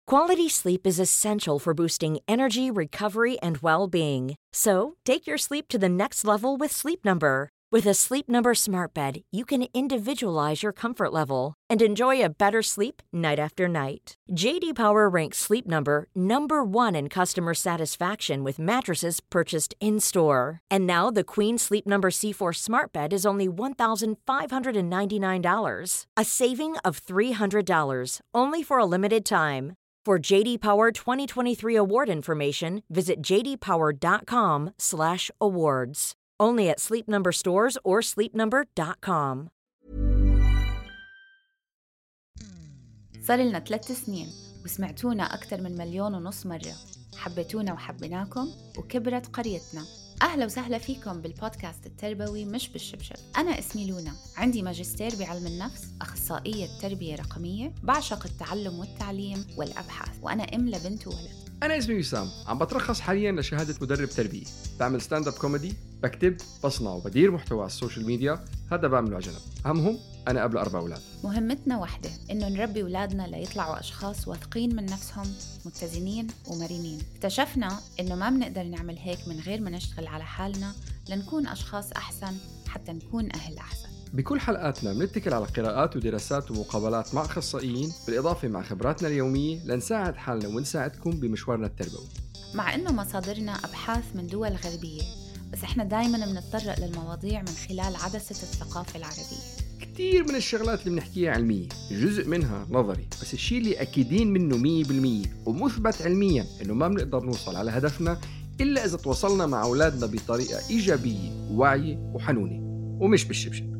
Quality sleep is essential for boosting energy, recovery, and well-being. So, take your sleep to the next level with Sleep Number. With a Sleep Number smart bed, you can individualize your comfort level and enjoy a better sleep night after night. J.D. Power ranks Sleep Number number 1 in customer satisfaction with mattresses purchased in-store. And now the Queen Sleep Number C4 smart bed is only $1,599, a saving of $300, only for a limited time. For JD Power 2023 award information, visit jdpower.com/awards. Only at Sleep Number stores or sleepnumber.com. صار لنا 3 سنين وسمعتونا أكثر من 1.5 مليون مرة. حبيتونا وحبيناكم وكبرت قريتنا. أهلا وسهلا فيكم بالبودكاست التربوي مش بالشبشب. أنا اسمي لونا، عندي ماجستير بعلم النفس، أخصائية تربية رقمية، بعشق التعلم والتعليم والأبحاث، وأنا أم لبنت وولد. أنا اسمي وسام، عم بترخص حالياً لشهادة مدرب تربية، بعمل ستاند اب كوميدي، بكتب، بصنع وبدير محتوى على السوشيال ميديا، هذا بعمله على جنب. أهمهم أنا قبل 4 أولاد. مهمتنا واحدة، إنه نربي أولادنا ليطلعوا أشخاص واثقين من نفسهم، متزنين ومرنين. اكتشفنا إنه ما بنقدر نعمل هيك من غير ما نشتغل على حالنا لنكون أشخاص أحسن حتى نكون أهل أحسن. بكل حلقاتنا بنتكل على قراءات ودراسات ومقابلات مع أخصائيين، بالإضافة مع خبراتنا اليومية لنساعد حالنا ونساعدكم بمشوارنا التربوي. مع إنه مصادرنا أبحاث من دول غربية، بس إحنا دايماً بنتطرق للمواضيع من خلال عدسة الثقافة العربية. كتير من الشغلات اللي بنحكيها علمية، جزء منها نظري، بس الشيء اللي أكيدين منه 100% ومثبت علمياً إنه ما بنقدر نوصل على هدفنا إلا إذا تواصلنا مع أولادنا بطريقة إيجابية وواعية وحنونة ومش بالشبشب.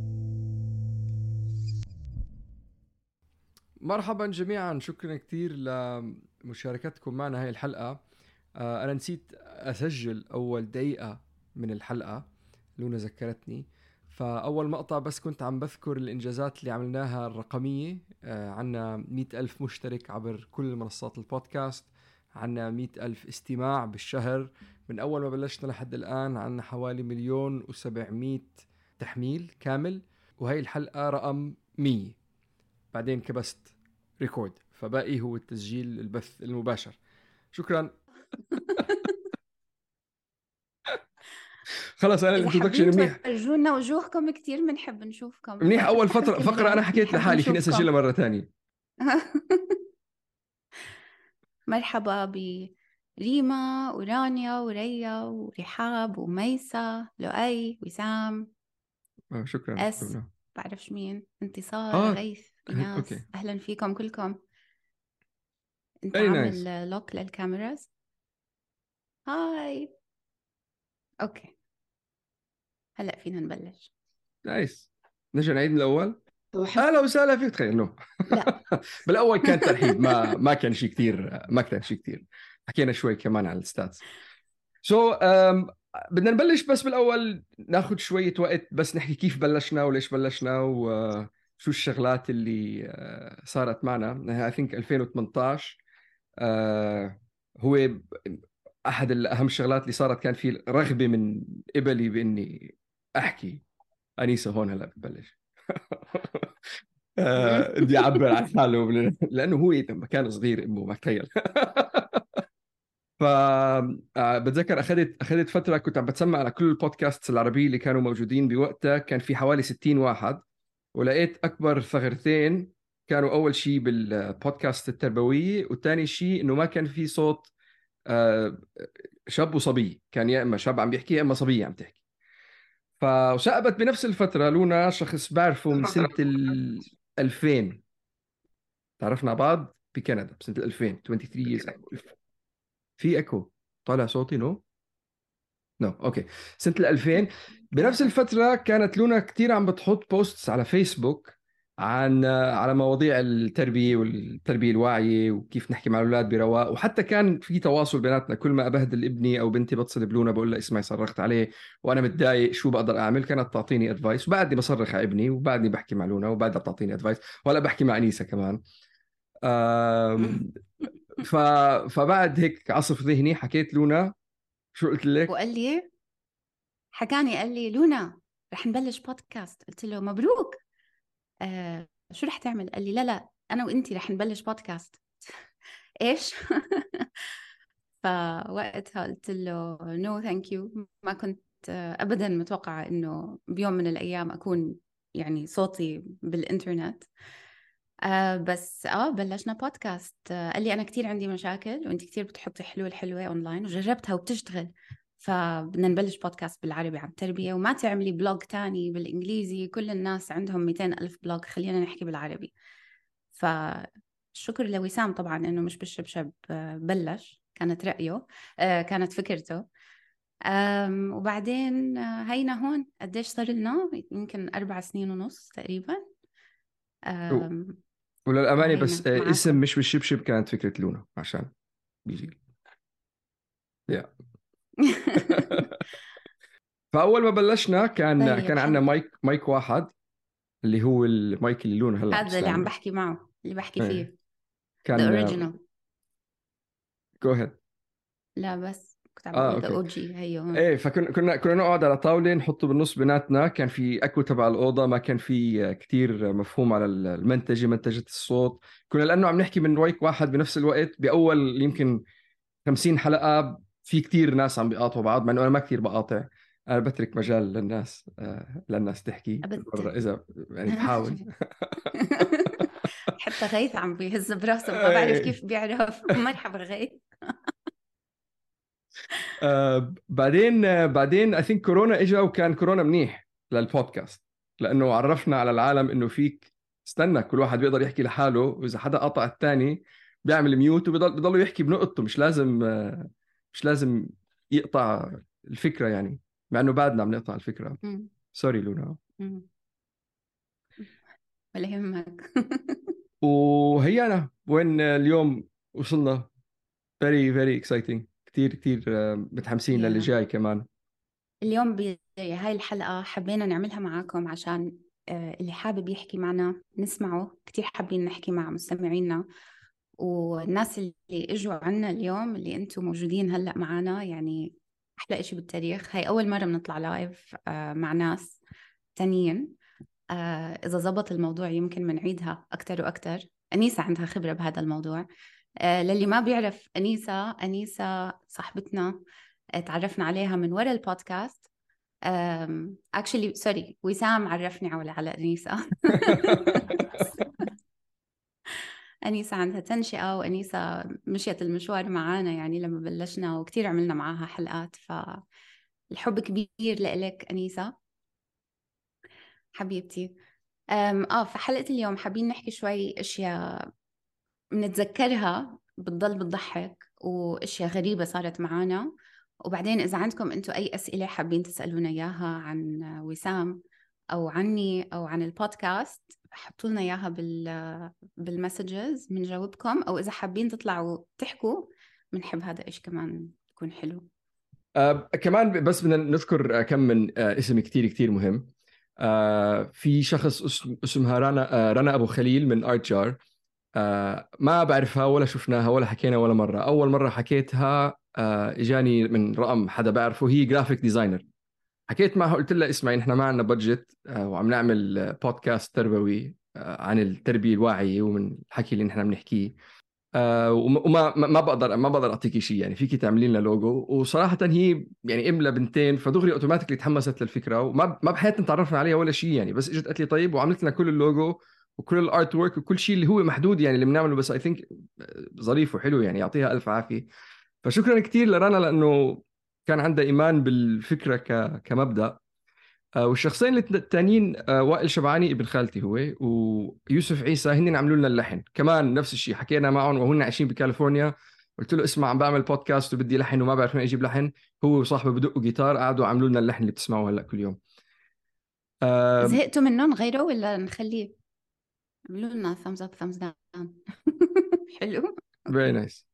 مرحبا جميعا، شكرا كتير لمشاركتكم معنا هاي الحلقة. أنا نسيت أسجل أول دقيقة من الحلقة، لونا ذكرتني. فأول مقطع بس كنت عم بذكر الإنجازات اللي عملناها الرقمية. عنا 100,000 مشترك عبر كل منصات البودكاست، عنا 100,000 استماع بالشهر من أول ما بلشنا لحد الآن. عنا حوالي 1,700,000 تحميل كامل، وهي الحلقة رقم 100. بعدين كبست ريكورد، فباقي هو التسجيل البث المباشر. شكرا. خلاص انا الانترودكشن منيح. رجونا وجوهكم كتير بنحب نشوفكم منيح. اول فقره انا حكيت لحالي، فيني اسجلها مره تانية. مرحبا بريما ورانيا وريا ورحاب وميسا لؤي وسام. شكرا. بعرفش مين، انتصار، غيث، إناس. أوكي. أهلا فيكم كلكم. انت Very عامل nice. لوك للكاميراز؟ هاي. اوكي، هلأ فينا نبلش. نايس. نرجع نعيد من الأول. أهلا وسهلا فيك. تخيل إنه لا بالأول كان ترحيب، ما كان شيء كتير. حكينا شوي كمان على الستاتس. بدنا نبلش، بس بالأول ناخد شوية وقت بس نحكي كيف بلشنا وليش بلشنا وشو الشغلات اللي صارت معنا. I think 2018 هو أحد الأهم الشغلات اللي صارت. كان في رغبة من قبلي بإني أحكي. أنيسة هون هلأ ببلش. بدي أعبر عن حاله لأنه هو مكان صغير أمه ما تخيل. بتذكر أخذت فترة كنت عم بتسمع على كل البودكاست العربية اللي كانوا موجودين بوقتها. كان في حوالي 60 واحد، ولقيت أكبر ثغرتين كانوا أول شيء بالبودكاست التربوية، والتاني شيء إنه ما كان في صوت شاب وصبي. كان يا إما شاب عم بيحكي يا إما صبية عم تحكي. فشقبت بنفس الفترة لونا شخص بعرفه من سنة 2000. تعرفنا بعض بكندا بسنة 2000. 23 years. في اكو طالع صوتي؟ نو اوكي. سنة 2000 بنفس الفترة كانت لونا كتير عم بتحط بوستس على فيسبوك على مواضيع التربية والتربية الواعية وكيف نحكي مع الأولاد برواق. وحتى كان في تواصل بيناتنا، كل ما أبهدل ابني أو بنتي بتصل بلونا بقول لها اسمعي صرخت عليه وأنا متضايق شو بقدر أعمل. كانت تعطيني أدفايس، وبعدني بصرخ على ابني وبعدني بحكي مع لونا وبعدها بتعطيني أدفايس، ولا بحكي مع أنيسة كمان. فبعد هيك عصف ذهني حكيت لونا. شو قلت لك؟ وقال لي قال لي لونا رح نبلش بودكاست. قلت له مبروك. شو رح تعمل؟ قال لي لا أنا وإنتي رح نبلش بودكاست. إيش؟ فوقتها قلت له no thank you. ما كنت أبدا متوقعة إنه بيوم من الأيام أكون يعني صوتي بالإنترنت. بس بلشنا بودكاست. قال لي أنا كتير عندي مشاكل وأنت كتير بتحطي حلول حلوة أونلاين وجربتها وبتشتغل، فبدنا نبلش بودكاست بالعربي عن التربية، وما تعملي بلوج تاني بالإنجليزي، كل الناس عندهم 200 ألف بلوج، خلينا نحكي بالعربي. فالشكر لوسام طبعا إنه مش بالشبشب بلش، كانت رأيه، كانت فكرته. وبعدين هينا هون قديش صار لنا؟ يمكن 4 سنين ونص تقريبا. وللأمانة وهينا بس معاكم. اسم مش بالشبشب كانت فكرة لونا عشان بيجي يا فأول ما بلشنا طيب كان عندنا حلو. مايك واحد، اللي هو المايك اللي لونا هلا عم هذا اللي عم تستعمله. بحكي معه، اللي بحكي ايه فيه the كان original. جو هيد. لا بس كنت عم بقول the اوكي. OG هي هون. ايه فكنا كنا نقعد على طاوله نحطه بالنص بيناتنا، كان في اكو تبع الاوضه، ما كان في كتير مفهوم على منتجه الصوت. كنا لانه عم نحكي من مايك واحد بنفس الوقت باول يمكن 50 حلقه، في كتير ناس عم بيقاطعوا بعض، مع انه انا ما كتير بقاطع. انا بترك مجال للناس تحكي أبدا. برا اذا يعني بحاول. حتى غيث عم بيهز براسه، ما بعرف إيه. كيف بيعرف. مرحبا غيث. بعدين اي ثينك كورونا اجى، وكان كورونا منيح للبودكاست، لانه عرفنا على العالم انه فيك استنى كل واحد بيقدر يحكي لحاله، واذا حدا قطع الثاني بيعمل ميوت وبضل يحكي بنقطته، مش لازم يقطع الفكرة يعني، مع انه بعدنا عم نقطع الفكرة. مم. سوري لونا. مم. ولا يهمك. وهي وين اليوم وصلنا. very very exciting. كتير متحمسين للي yeah. جاي كمان. اليوم بهاي الحلقة حبينا نعملها معاكم عشان اللي حابب يحكي معنا نسمعه. كتير حابين نحكي مع مستمعينا والناس اللي اجوا عنا اليوم، اللي انتم موجودين هلأ معنا، يعني أحلى إشي بالتاريخ. هاي أول مرة بنطلع لايف مع ناس تانيين. إذا زبط الموضوع يمكن بنعيدها أكتر وأكتر. أنيسة عندها خبرة بهذا الموضوع. للي ما بيعرف أنيسة صاحبتنا، تعرفنا عليها من وراء البودكاست. actually سوري، وسام عرفني على أنيسة. أنيسة عندها تنشئة، وأنيسة مشيت المشوار معانا يعني لما بلشنا، وكتير عملنا معاها حلقات. فالحب كبير لإلك أنيسة حبيبتي. في حلقة اليوم حابين نحكي شوي أشياء بنتذكرها بتضل بتضحك، وأشياء غريبة صارت معانا. وبعدين إذا عندكم أنتوا أي أسئلة حابين تسألونا إياها عن وسام أو عني أو عن البودكاست، حطوا لنا إياها بالمسجز بنجاوبكم. أو إذا حابين تطلعوا تحكوا بنحب هذا إيش كمان يكون حلو. كمان بس بدنا نذكر كم من اسم كتير مهم. في شخص اسمها رنا أبو خليل من آرت جار. ما بعرفها ولا شفناها ولا حكينا ولا مرة. أول مرة حكيتها إجاني من رقم حدا بعرفه، هي جرافيك ديزاينر. حكيت معها قلت لها اسمعي، نحن ما عندنا بادجت وعم نعمل بودكاست تربوي عن التربية الواعية ومن الحكي اللي نحن بنحكيه. وما ما بقدر اعطيكي شيء، يعني فيكي تعملي لنا لوجو. وصراحه هي يعني ام لبنتين، فدغري اوتوماتيكلي تحمست للفكره، وما ما بحياتنا تعرفنا عليها ولا شيء يعني، بس اجت قالت لي طيب، وعملت لنا كل اللوجو وكل الارت ورك وكل شيء اللي هو محدود يعني اللي بنعمله، بس اي ثينك ظريف وحلو يعني، يعطيها الف عافيه. فشكرا كثير لرنا، لانه كان عندها ايمان بالفكره كمبدا. والشخصين الثانيين وائل شبعاني ابن خالتي هو، ويوسف عيسى، هن عملوا لنا اللحن كمان. نفس الشيء حكينا معهم وهن عايشين بكاليفورنيا. قلت له اسمع، عم بعمل بودكاست وبدي لحن وما بعرف وين اجيب لحن. هو وصاحبه بدقوا جيتار، قعدوا عملوا لنا اللحن اللي بتسمعوه هلا كل يوم. زهقتوا منهم غيره ولا نخليه؟ عملوا لنا thumbs up thumbs down. حلو. فيري أوكي. نايس.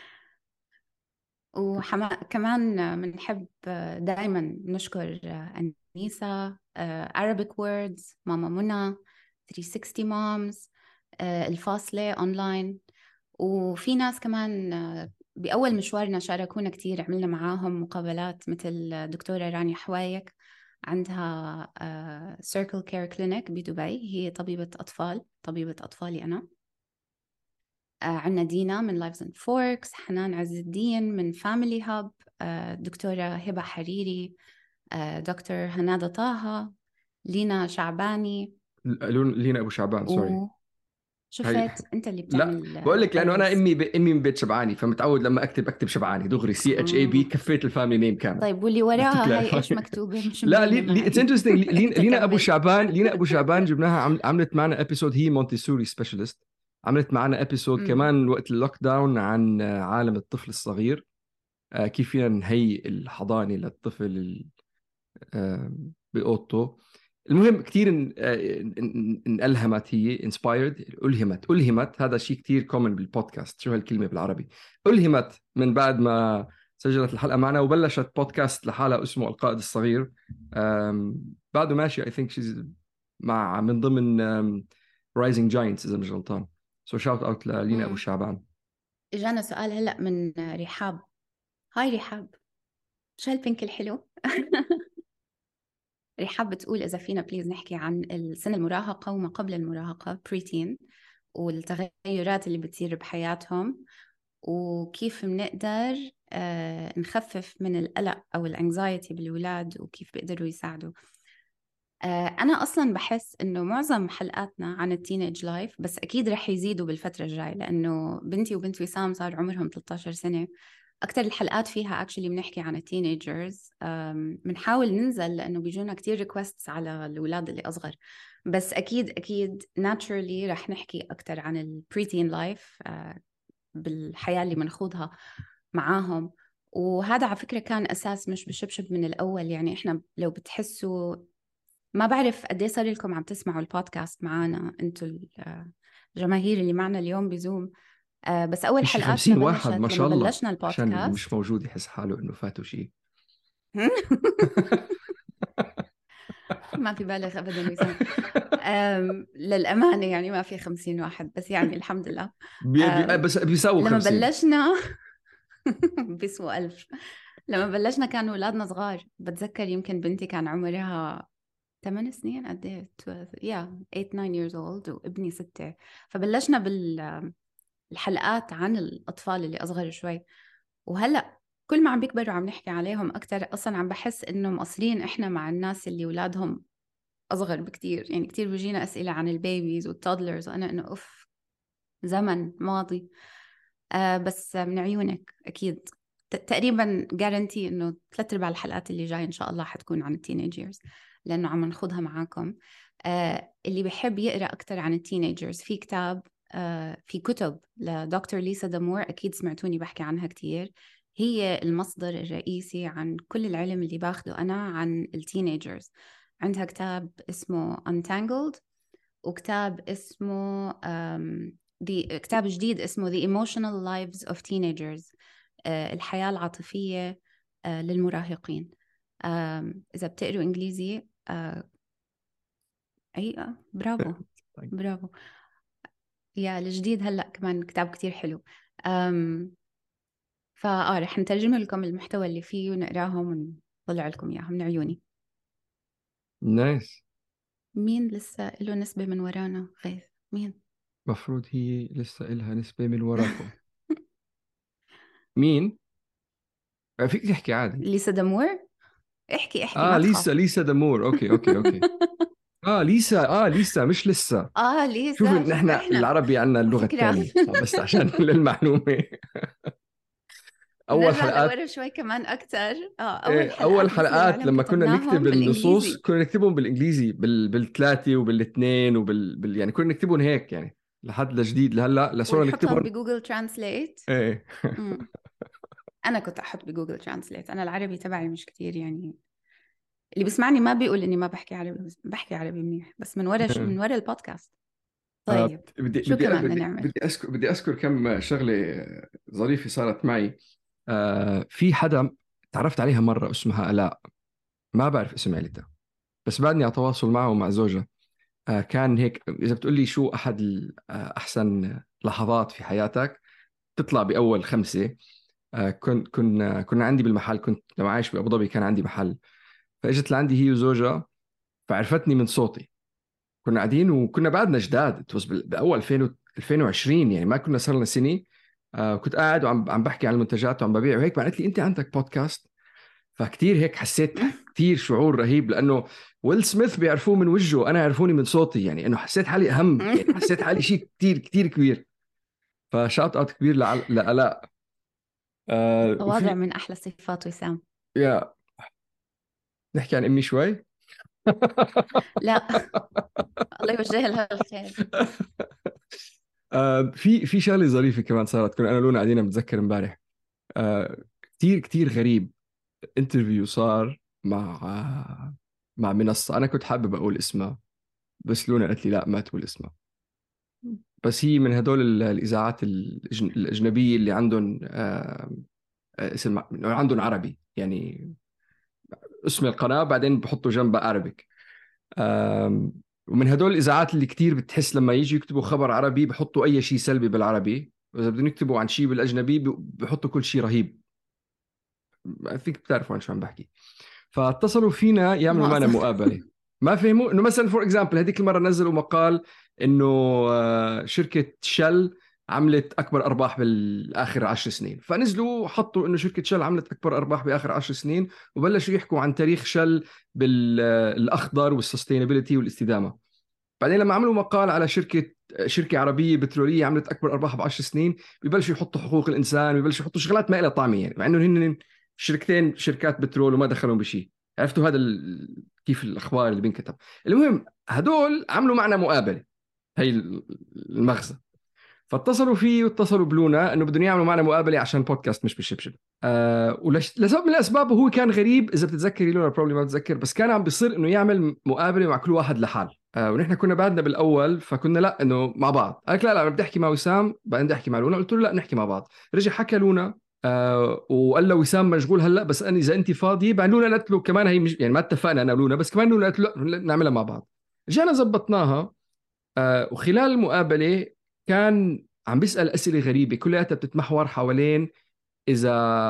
كمان بنحب دائما نشكر أنيسة، Arabic Words، ماما منى، 360 Moms، الفاصلة أونلاين. وفي ناس كمان بأول مشوارنا شاركونا كتير، عملنا معاهم مقابلات، مثل دكتورة رانيا حوايك، عندها Circle Care Clinic بدبي، هي طبيبة أطفالي أنا. عنا دينا من لايفز اند فوركس، حنان عز الدين من فاميلي هاب، دكتورة هبة حريري، دكتور هنادة طه، لينا شعباني. لينا ابو شعبان، سوري. هي شفت انت اللي لا، بتعمل بقول لك لانه انا ألبس. امي من بيت شبعاني، فمتعود لما اكتب شبعاني دغري CHAB، كفيت الفاميلي نيم كامل. طيب واللي وراها هي ايش مكتوبة؟ مش لا، مبينة اتس معي. انترستينج. انت لينا ابو كمل. شعبان، جبناها، عملت معنا ابيسود، هي مونتيسوري سبيشالست. عملت معنا ابيسود كمان وقت اللوك داون عن عالم الطفل الصغير، كيف فينا نهيئ الحضانة للطفل بأوضته. المهم كتير انألهمت، هي انسبايرد، ألهمت. هذا شيء كتير كومن بالبودكاست. شو هالكلمة بالعربي؟ ألهمت من بعد ما سجلت الحلقة معنا وبلشت بودكاست لحالها اسمه القائد الصغير. بعده ماشي I think she's مع من ضمن Rising Giants إذا مش غلطان. so shout out للينا أبو شعبان. إجانا سؤال هلأ من رحاب. هاي رحاب، شو هالبنك الحلو؟ رحاب بتقول إذا فينا بليز نحكي عن سن المراهقة وما قبل المراهقة بريتين، والتغيرات اللي بتصير بحياتهم، وكيف بنقدر نخفف من القلق أو الانكزايتي بالولاد، وكيف بيقدروا يساعدوا. أنا أصلاً بحس إنه معظم حلقاتنا عن التينيج لايف، بس أكيد رح يزيدوا بالفترة الجاية، لأنه بنتي وبنت وسام صار عمرهم 13 سنة. أكتر الحلقات فيها actually بنحكي عن التينيجرز. بنحاول ننزل لأنه بيجونا كتير ريكوستس على الأولاد اللي أصغر، بس أكيد naturally رح نحكي أكتر عن البريتين لايف بالحياة اللي بنخوضها معاهم. وهذا على فكرة كان أساس مش بشبشب من الأول. يعني إحنا لو بتحسوا، ما بعرف قد ايه صار لكم عم تسمعوا البودكاست معنا انتوا الجماهير اللي معنا اليوم بزوم، بس اول شي حلقاتنا 50 واحد بلشت ما شاء لما الله، بلشنا عشان اللي البودكاست. مش موجود يحس حاله إنه فاته شيء. ما في بالغ ابدا وسام. للامانه يعني ما في 50 واحد، بس يعني الحمد لله. بس بيساووا لما 50. بلشنا بيسووا 1000. لما بلشنا كانوا أولادنا صغار، بتذكر يمكن بنتي كان عمرها 8 سنين، قد ايه 8 9 years old، وابني 6. فبلشنا بالحلقات عن الأطفال اللي أصغر شوي، وهلأ كل ما عم بيكبروا عم نحكي عليهم أكتر. أصلا عم بحس إنه مقصرين إحنا مع الناس اللي أولادهم أصغر بكتير. يعني كتير بيجينا أسئلة عن البيبيز والتودلرز، وأنا إنه أوف، زمن ماضي. بس من عيونك أكيد تقريبا جارنتي إنه 3/4 الحلقات اللي جاي إن شاء الله حتكون عن التينيجرز، لأنه عم نخوضها معاكم. اللي بيحب يقرأ أكتر عن التينيجرز، في كتاب، في كتب لدكتور ليسا دامور، أكيد سمعتوني بحكي عنها كتير. هي المصدر الرئيسي عن كل العلم اللي باخده أنا عن التينيجرز. عندها كتاب اسمه Untangled، وكتاب اسمه كتاب جديد اسمه The Emotional Lives of Teenagers، الحياة العاطفية للمراهقين. إذا بتقروا إنجليزي أي برافو. برافو يا الجديد هلأ كمان كتاب كتير حلو. رح نترجم لكم المحتوى اللي فيه ونقراهم ونطلع لكم إياهم من عيوني. نايس. مين لسه له نسبة من ورانا؟ غيث مين؟ مفروض هي لسه إلها نسبة من وراكم. مين؟ فيك تحكي عادي. ليسا دامور. احكي ما تخاف. ليسا دامور. اوكي. ليسا مش لسه. شوف ليسا، نحن احنا العربي عندنا على اللغة فكرة. الثانية، بس عشان للمعلومة. أول نرجع حلقات لورا شوي كمان أكتر. أول أول حلقات بس حلقات للعلم لما كنا كتبناهم نكتب النصوص بالإنجليزي، كنا نكتبهم بالإنجليزي بالثلاثة وبالاثنين يعني كنا نكتبهم هيك يعني لحد لجديد لهلا لصورة ونحطهم نكتبهم. بجوجل ترانسليت. ايه. أنا كنت أحط بجوجل ترانسليت. أنا العربي تبعي مش كتير يعني، اللي بيسمعني ما بيقول إني ما بحكي عربي، بس بحكي عربي منيح، بس من ورا من ورا البودكاست. طيب شو كمان بدنا نعمل؟ بدي أذكر كم شغلة ظريفة صارت معي. في حدا تعرفت عليها مرة اسمها آلاء، ما بعرف اسم عيلتها، بس بعدني على تواصل معه ومع زوجها. كان هيك إذا بتقولي شو أحد أحسن لحظات في حياتك، تطلع بأول 5. كنا عندي بالمحل، كنت لما عايش بأبو ظبي كان عندي محل، فاجت لعندي هي وزوجها، فعرفتني من صوتي. كنا قاعدين وكنا بعدنا جداد، بأول 2020 يعني ما كنا صار لنا سنة. كنت قاعد وعم بحكي عن المنتجات وعم ببيع وهيك، قالت لي أنت عندك بودكاست. فكتير هيك حسيت كتير شعور رهيب، لأنه ويل سميث بيعرفوه من وجهه، أنا يعرفوني من صوتي، يعني إنه حسيت حالي أهم، يعني حسيت حالي شيء كتير كتير كبير. فشاط اوت كبير لآلاء. تواضع من أحلى صفات وسام. يا نحكي عن أمي شوي. لا الله يوجه لها الخير. في شغله ظريفه كمان صارت، كنا انا لونا قاعدين بتذكر امبارح. كتير كتير غريب. انترفيو صار مع منصه انا كنت حابب اقول اسمها، بس لونا قالت لي لا ما تقول اسمها. بس هي من هدول الاذاعات الاجنبيه اللي عندهم اسم عندهم عربي، يعني اسم القناه بعدين بحطوا جنبها عربي. ومن هدول الإذاعات اللي كتير بتحس لما يجي يكتبوا خبر عربي بحطوا أي شيء سلبي بالعربي، وإذا بدهم يكتبوا عن شيء بالأجنبي بحطوا كل شيء رهيب. فيك بتعرفوا عن شو عم بحكي. فاتصلوا فينا يعملوا معنا مقابلة. ما فهموا إنه مثلا فور إكزامبل هذيك المرة نزلوا مقال إنه شركة شل عملت أكبر أرباح بالآخر 10 سنين، فنزلوا حطوا إنه شركة شل عملت أكبر أرباح بآخر 10 سنين، وبلشوا يحكوا عن تاريخ شل بالأخضر والسستينابيليتي والاستدامة. بعدين لما عملوا مقال على شركة عربية بترولية عملت أكبر أرباح ب10 سنين، ببلشوا يحطوا حقوق الإنسان، ببلشوا يحطوا شغلات ما لها طعمة، يعني مع إنه هن شركات بترول وما دخلهم بشيء. عرفتوا هذا كيف الأخبار اللي بينكتب. المهم هدول عملوا معنا مقابلة، هي المغزى. فاتصلوا فيه واتصلوا بلونا انه بدهم يعملوا معنا مقابله عشان بودكاست مش بالشبشب. لسبب من الاسباب، وهو كان غريب، اذا بتتذكري لونا بروبلي ما بتذكر، بس كان عم بيصير انه يعمل مقابله مع كل واحد لحال. ونحن كنا بعدنا بالاول، فكنا لا انه مع بعض. قالك لا انا بدي احكي مع وسام بعدين بدي احكي مع لونا. قلت له لا نحكي مع بعض. رجع حكى لونا وقال له وسام مشغول هلا، بس انا اذا انت فاضي. بعد لونا قالت له كمان هي مش يعني ما اتفقنا انا ولونا، بس كمان لونا قالت له نعملها مع بعض. رجعنا زبطناها. وخلال المقابله كان عم بيسأل أسئلة غريبة كلها بتتمحور حوالين إذا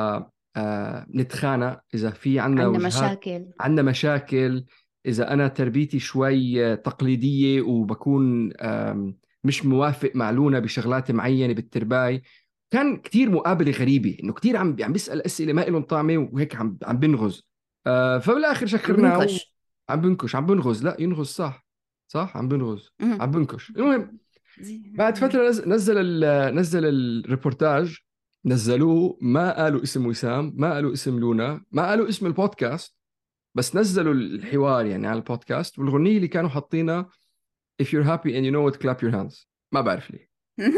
نتخانق، إذا في عنا وجهات، عنا مشاكل، إذا أنا تربيتي شوي تقليدية وبكون مش موافق مع لونا بشغلات معينة بالترباي. كان كتير مقابلة غريبة، إنه كتير عم بيسأل أسئلة ما إلهم طعمة، وهيك عم بنغز. فبالآخر شكرناه. عم بنغز، لا ينغز صح عم بنغز، عم بنكش. المهم بعد فترة نزل الريبورتاج، نزلوه ما قالوا اسم وسام، ما قالوا اسم لونا، ما قالوا اسم البودكاست، بس نزلوا الحوار يعني على البودكاست. والغنية اللي كانوا حاطينها If you're happy and you know it clap your hands. ما بعرف ليه.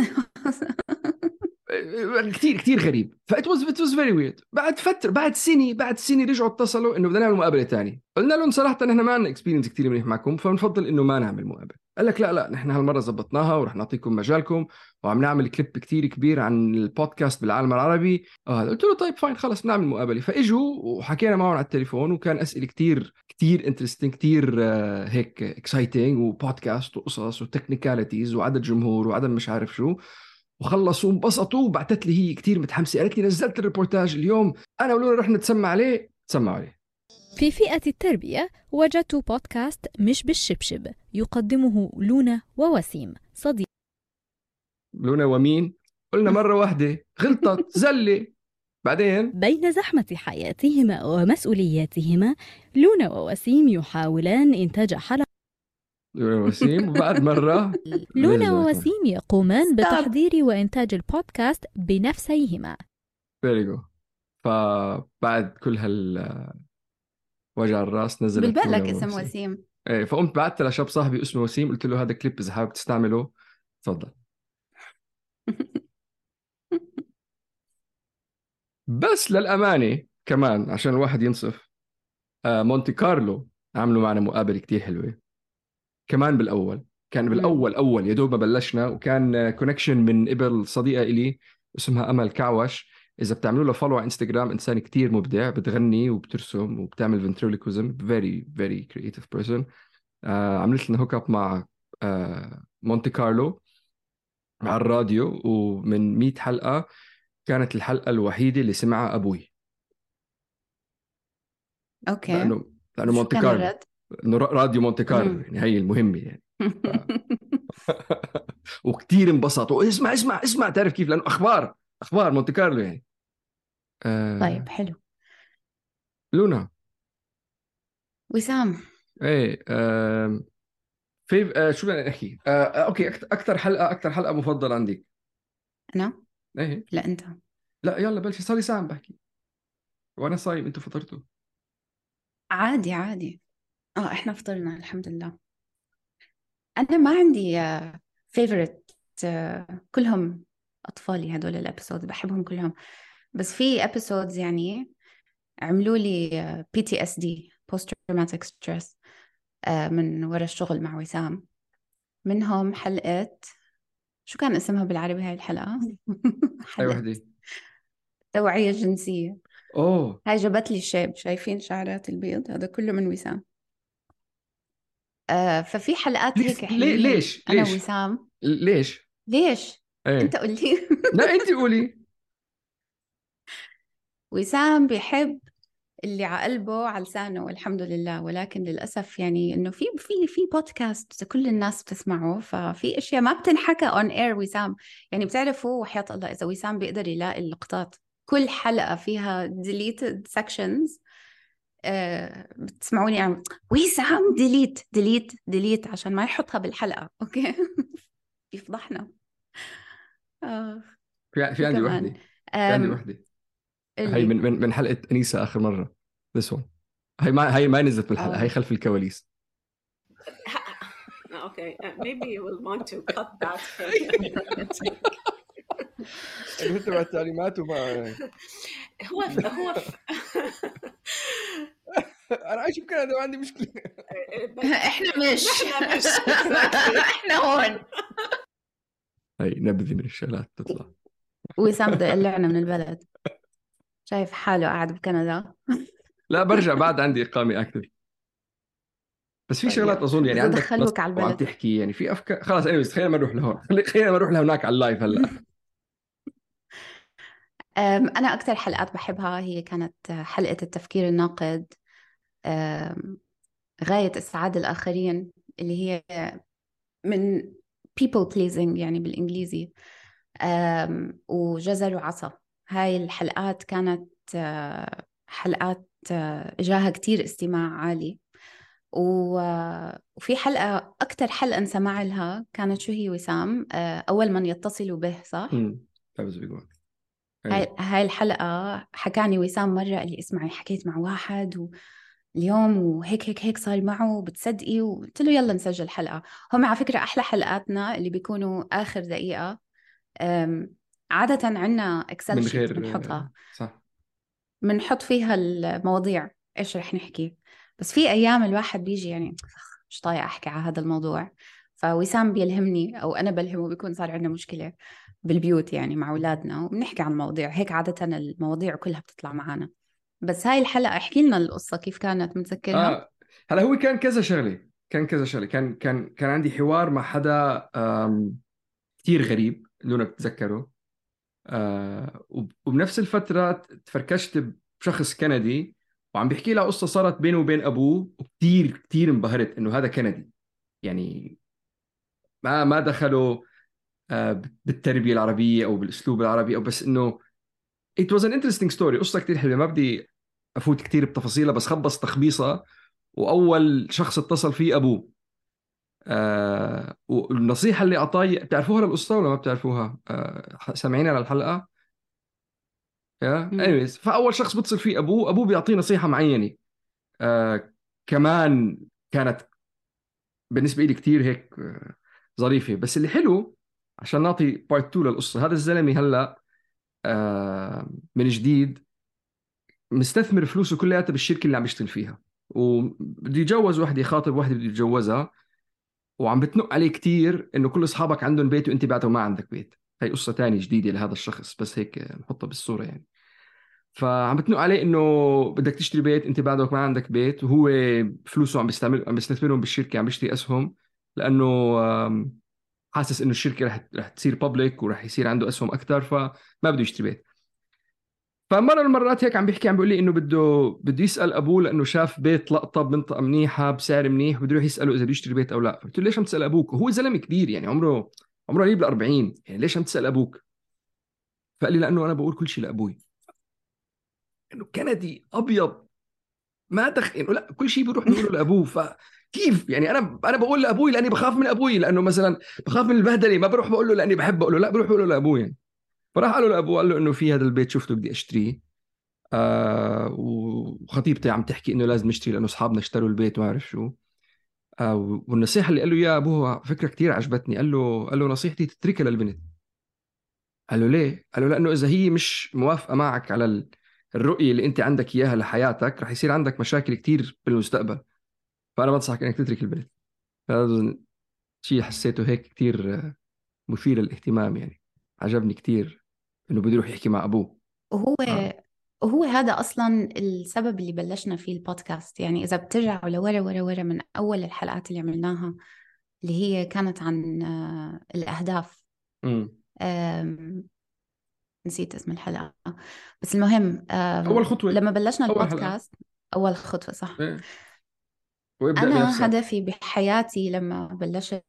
كتير كتير غريب. فإت واز فيري ويرد. بعد فترة، بعد سنة رجعوا اتصلوا إنه بدنا نعمل مقابلة تانية. قلنا لهم صراحة إحنا ما عندنا اكسبيرينس كتير منيح معكم، فبنفضل إنه ما نعمل مقابلة. قال لك لا نحن هالمرة زبطناها ورح نعطيكم مجالكم، وعم نعمل كليب كتير كبير عن البودكاست بالعالم العربي. قلت له طيب فاين خلص نعمل مقابلة. فإجوا وحكينا معهم على التليفون، وكان أسئلة كتير كتير انترستينج، كتير هيك اكسايتنج، وبودكاست وقصص وتكنيكاليتيز وعدد جمهور وعدد مش عارف شو. وخلصوا وانبسطوا. وبعتت لي هي كتير متحمسة، قالت لي نزلت الريبورتاج اليوم، أنا ولونا رح نتسمع عليه. تسمعوا عليه. في فئة التربية وجدت بودكاست مش بالشبشب يقدمه لونا ووسيم صديق. لونا ومين؟ قلنا مرة واحدة غلطت زلة. بعدين بين زحمة حياتهما ومسؤولياتهما لونا ووسيم يحاولان إنتاج حلقة. لونا ووسيم. وبعد مرة لونا ووسيم يقومان بتحضير وإنتاج البودكاست بنفسيهما. فيريجو. فبعد كل وجع الراس نزلت بالبالك اسم وسيم. ايه. فقمت بعثت لشاب صاحبي اسمه وسيم، قلت له هذا كليب اذا حابب تستعمله تفضل. بس للأمانة كمان عشان الواحد ينصف، مونتي كارلو عملوا معنا مقابلة كتير حلوة كمان. بالأول كان بالأول يا دوب ما بلشنا، وكان كونكشن من قبل صديقة إلي اسمها أمل كعوش. إذا بتعملوا له فولو على إنستغرام، إنسان كتير مبدع، بتغني وبترسم وبتعمل فنتريليكوزم. very very creative person. عملت لنا هوك اب مع مونتي كارلو على الراديو، ومن 100 حلقة كانت الحلقة الوحيدة اللي سمعها أبوي. اوكي. لأنه مونتي كارلو، إنه راديو مونتي كارلو يعني هي المهمة يعني. وكتير انبسط واسمع اسمع اسمع، تعرف كيف؟ لأنه أخبار مونte كارلو يعني. طيب حلو. لونا وسام، ايه شو بدنا نحكي؟ اوكي، اكثر حلقه مفضله عندك؟ أنا؟ ايه. لا أنت. لا يلا بلشي، صار لي ساعه عم بحكي وانا صايم، انتوا فطرتوا؟ عادي. إحنا فطرنا الحمد لله. أنا ما عندي فيفورت، كلهم أطفالي هدول الأبيسود بحبهم كلهم، بس في أبيسودز يعني عملوا لي PTSD Post Traumatic Stress من وراء الشغل مع وسام. منهم حلقة، شو كان اسمها بالعربي هاي الحلقة؟ اي حلقة وحده؟ توعية جنسية. اوه هاي جابت لي الشيب، شايفين شعرات البيض؟ هذا كله من وسام. ففي حلقات هيك حلوين ليش أنا ليش وسام. ليش؟ ليش؟ أنت ايه. قل لي. لا انت قولي. وسام بيحب اللي على قلبه على لسانه والحمد لله، ولكن للأسف يعني إنه في بودكاست كل الناس بتسمعه، ففي أشياء ما بتنحكى on air. وسام يعني بتعرفوا وحياة الله إذا وسام بيقدر يلاقي اللقطات، كل حلقة فيها deleted sections بتسمعوني يعني وسام ديليت عشان ما يحطها بالحلقة. أوكي. بيفضحنا. في شو عندي كمان؟ وحده، في عندي وحده. هي اللي من حلقه انيسه اخر مره. this one. هي ما نزلت بالحلقه، هي خلف الكواليس. Okay, maybe you will want to cut that. اللي تبع التعليمات وما هو انا عايش بكندا وعندي مشكله. احنا مش exactly. احنا هون. هي نبذه من الشغلات تطلع. وسام بده يقلعنا من البلد، شايف حاله قاعد بكندا. لا برجع بعد عندي إقامة أكتر. بس في طيب. شغلات أظن يعني بس عندك أدخلوك على وعم البلد. تحكي يعني في أفكار. خلاص خلينا ما نروح لهون، خلينا ما نروح لهناك على اللايف هلا. أنا أكثر حلقات بحبها هي كانت حلقة التفكير الناقد، غاية إسعاد الآخرين، اللي هي من people pleasing يعني بالإنجليزي، وجزر وعصا. هاي الحلقات كانت حلقات إجاها كتير استماع عالي. وفي حلقة أكتر حلقة انسمع لها كانت شو هي وسام؟ أول من يتصلوا به، صح؟ فاز بيقول هاي الحلقة حكاني وسام مرة، قال لي اسمعي حكيت مع واحد اليوم وهيك صار معه، بتصدقي؟ وقلت له يلا نسجل حلقة. هم على فكرة أحلى حلقاتنا اللي بيكونوا آخر دقيقة. عادة عنا إكسل من شيت غير بنحطها، صح، بنحط فيها المواضيع إيش رح نحكي. بس في أيام الواحد بيجي يعني مش طايقة أحكي على هذا الموضوع، فوسام بيلهمني أو أنا بلهمه، بيكون صار عندنا مشكلة بالبيوت يعني مع أولادنا وبنحكي عن المواضيع هيك. عادة المواضيع كلها بتطلع معنا. بس هاي الحلقة احكي لنا القصة كيف كانت، متذكرها؟ هلا هو كان كذا شغلة، كان عندي حوار مع حدا كتير غريب، لونا بتذكره. وبنفس الفترة تفركشت بشخص كندي وعم بيحكي لها قصة صارت بينه وبين أبوه، وكتير كتير انبهرت إنه هذا كندي. يعني ما دخلوا بالتربية العربية أو بالأسلوب العربي، أو بس إنه it was an interesting story. قصة كتير حلوة، ما بدي أفوت كتير بتفاصيلها، بس خبص تخبيصة. وأول شخص اتصل فيه أبوه. والنصيحة اللي أعطاي، بتعرفوها القصة ولا ما بتعرفوها؟ سامعين على الحلقة؟ anyways، فأول شخص بتصل فيه أبوه بيعطيه نصيحة معينة. كمان كانت بالنسبة لي كتير هيك ظريفة. بس اللي حلو، عشان نعطي بارت 2 للقصة، هذا الزلمة هلأ من جديد مستثمر فلوسه كلها بالشركة اللي عم يشتغل فيها، وبده يتجوز وحدة، خاطب وحدة بده يتجوزها، وعم بتنق عليه كتير إنه كل أصحابك عندهم بيت وأنت بعده ما عندك بيت. هي قصة تانية جديدة لهذا الشخص، بس هيك نحطها بالصورة يعني. فعم بتنق عليه إنه بدك تشتري بيت، أنت بعدك ما عندك بيت، وهو فلوسه عم بيستثمرهم بالشركة، عم بيشتري أسهم، لأنه حاسس إنه الشركة رح تصير بابليك ورح يصير عنده أسهم أكثر، فما بده يشتري بيت. فمرة المرات هيك عم بيقول لي إنه بده يسأل أبوه، لأنه شاف بيت لقطة بمنطقة منيحة بسعر منيح، بده يروح يسأله إذا بده يشتري بيت أو لا. قلت له ليش عم تسأل أبوك؟ وهو زلمة كبير يعني عمره عمره قريب ال40، يعني ليش عم تسأل أبوك؟ فقال لي لأنه أنا بقول كل شيء لأبوي، إنه كندي أبيض ما إنه لا كل شيء بيروح بيقوله لأبوه. فكيف يعني أنا بقول لأبوي لأني بخاف من أبوي، لأنه مثلا بخاف من البهدلة، ما بروح بقول له لأني بحب أقول له، لا بروح بقول له لأبوي يعني. فراح قال له لأبوه، قال له إنه في هذا البيت شفته بدي أشتريه، وخطيبتي عم تحكي إنه لازم نشتري لأنه أصحابنا اشتروا البيت وما أعرف شو. والنصيحة اللي قال له يا أبوه فكرة كتير عجبتني. قال له نصيحتي تتركها للبنت. قال له ليه؟ قال له لأنه إذا هي مش موافقة معك على الرؤية اللي أنت عندك إياها لحياتك، رح يصير عندك مشاكل كتير بالمستقبل، فأنا بنصحك إنك تترك البنت. هذا شيء حسيته هيك كتير مثير للاهتمام يعني، عجبني كتير إنه بده يروح يحكي مع أبوه. وهو آه. وهو هذا أصلا السبب اللي بلشنا فيه البودكاست. يعني إذا بترجعوا لورا ورا ورا من أول الحلقات اللي عملناها اللي هي كانت عن الأهداف. امم نسيت اسم الحلقة، بس المهم أول خطوة. لما بلشنا أول حلقة. البودكاست أول خطوة صح. إيه. وابدأ أنا بنفسك. هدفي بحياتي لما بلشت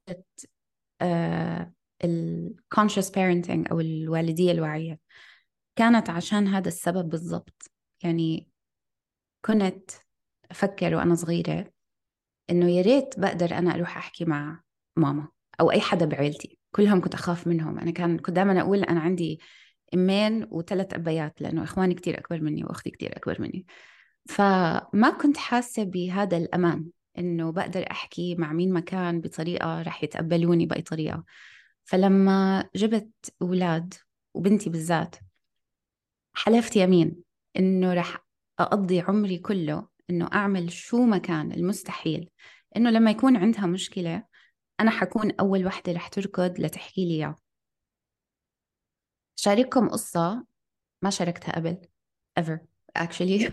ال conscious parenting أو الوالدية الواعية كانت عشان هذا السبب بالضبط. يعني كنت أفكر وأنا صغيرة إنه يا ريت بقدر أنا أروح أحكي مع ماما أو أي حدا بعيلتي، كلهم كنت أخاف منهم. أنا كنت دائما أقول أنا عندي أمين و3 أبيات، لأنه إخواني كتير أكبر مني وأختي كتير أكبر مني. فما كنت حاسة بهذا الأمان إنه بقدر أحكي مع مين مكان بطريقة رح يتقبلوني بأي طريقة. فلما جبت أولاد وبنتي بالذات حلفت يمين إنه رح أقضي عمري كله إنه أعمل شو ما كان المستحيل إنه لما يكون عندها مشكلة أنا حكون أول وحدة رح تركض لتحكي لي إياه. شارككم قصة ما شاركتها قبل ever actually.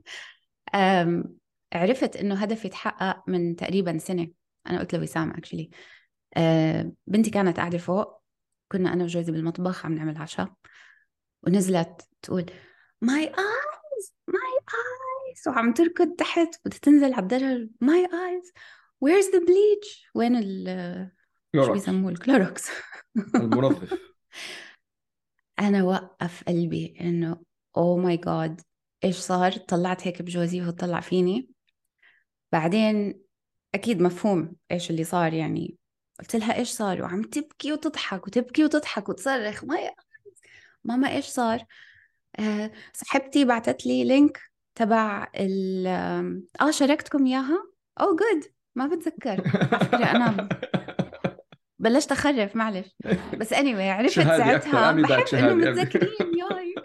عرفت إنه هدفي يتحقق من تقريبا سنة. أنا قلت لوسام actually بنتي كانت قاعدة فوق، كنا أنا وجوزي بالمطبخ عم نعمل عشاء، ونزلت تقول my eyes my eyes وعم تركض تحت بدها تنزل على الدرج. my eyes where's the bleach؟ وين شو كلوروكس. بيسموه الكلوروكس؟ المنظف. أنا وقف قلبي إنه oh my god إيش صار. طلعت هيك بجوزي وهو طلع فيني. بعدين أكيد مفهوم إيش اللي صار يعني. قلت لها إيش صار؟ وعم تبكي وتضحك وتبكي وتضحك وتصرخ ماما إيش صار؟ صاحبتي بعتت لي لينك تبع شاركتكم إياها. أوه جود ما بتذكر على فكرة. أنا بلشت أخرف معلش، بس anyway عرفت شهادة أكثر. ساعتها. أعملي باك بحب إنه شهادة. متذكرين ياي.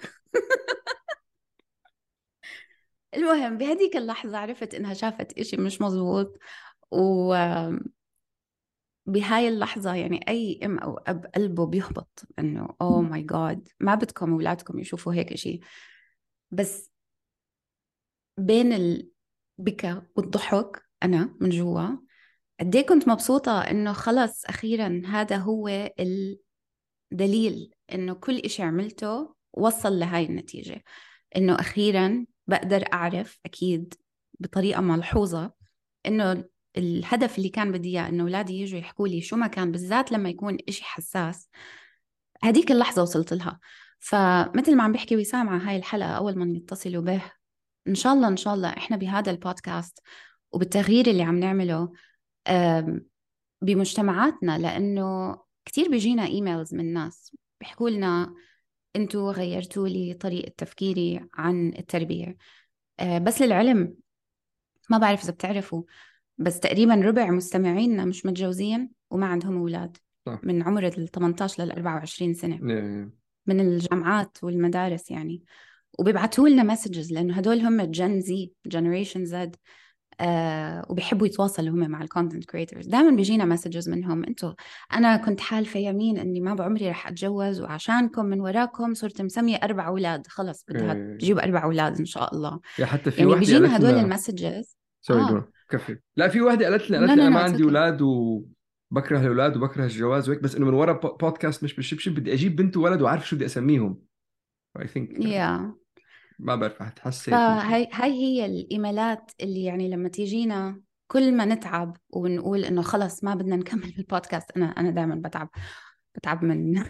المهم بهديك اللحظة عرفت إنها شافت إشي مش مزبوط. وبهاي اللحظة يعني أي أم أو أب قلبه بيهبط إنه أوه ماي جاد ما بدكم أولادكم يشوفوا هيك إشي. بس بين البكا والضحك أنا من جوا قديه كنت مبسوطة إنه خلص أخيرا هذا هو الدليل إنه كل إشي عملته وصل لهاي النتيجة. إنه أخيرا بقدر أعرف أكيد بطريقة ملحوظة إنه الهدف اللي كان بدي إياه إنه أولادي يجوا يحكوا لي شو ما كان، بالذات لما يكون إشي حساس، هديك اللحظة وصلت لها. فمثل ما عم بحكي وسام على هاي الحلقة أول ما يتصلوا به، إن شاء الله إن شاء الله إحنا بهذا البودكاست وبالتغيير اللي عم نعمله بمجتمعاتنا، لأنه كتير بيجينا إيميلز من ناس بيحكوا لنا أنتوا غيرتوا لي طريقة تفكيري عن التربية. بس للعلم ما بعرف إذا بتعرفوا بس تقريبا ربع مستمعينا مش متجوزين وما عندهم أولاد صح. من عمر ال 18 لل 24 سنة إيه. من الجامعات والمدارس يعني. وبيبعتوا لنا مسجز لأنه هدول هم جن زي جنريشن زد وبيحبوا يتواصلوا هم مع الكونتنت كريترز. دائما بيجينا مسجز منهم انتوا انا كنت حالفه يمين اني ما بعمري رح اتجوز وعشانكم من وراكم صرت مسميه 4 أولاد، خلص بدها إيه. تجيب 4 أولاد ان شاء الله. يا حتى في يعني وحدة بيجينا قالت هدول لنا المسجز. سوري دون كفي. لا في واحدة قالت لي لا أنا لا ما لا عندي اوكي. أولاد وبكره الأولاد وبكره الجواز وهيك، بس إنه من ورا بودكاست مش بالشبشب بدي أجيب بنت وولد وعارف شو بدي أسميهم. I think يا ما بعرف حسيت يمكن. فهاي هي الإيميلات اللي يعني لما تيجينا كل ما نتعب ونقول إنه خلص ما بدنا نكمل بالبودكاست. أنا دائما بتعب بتعب من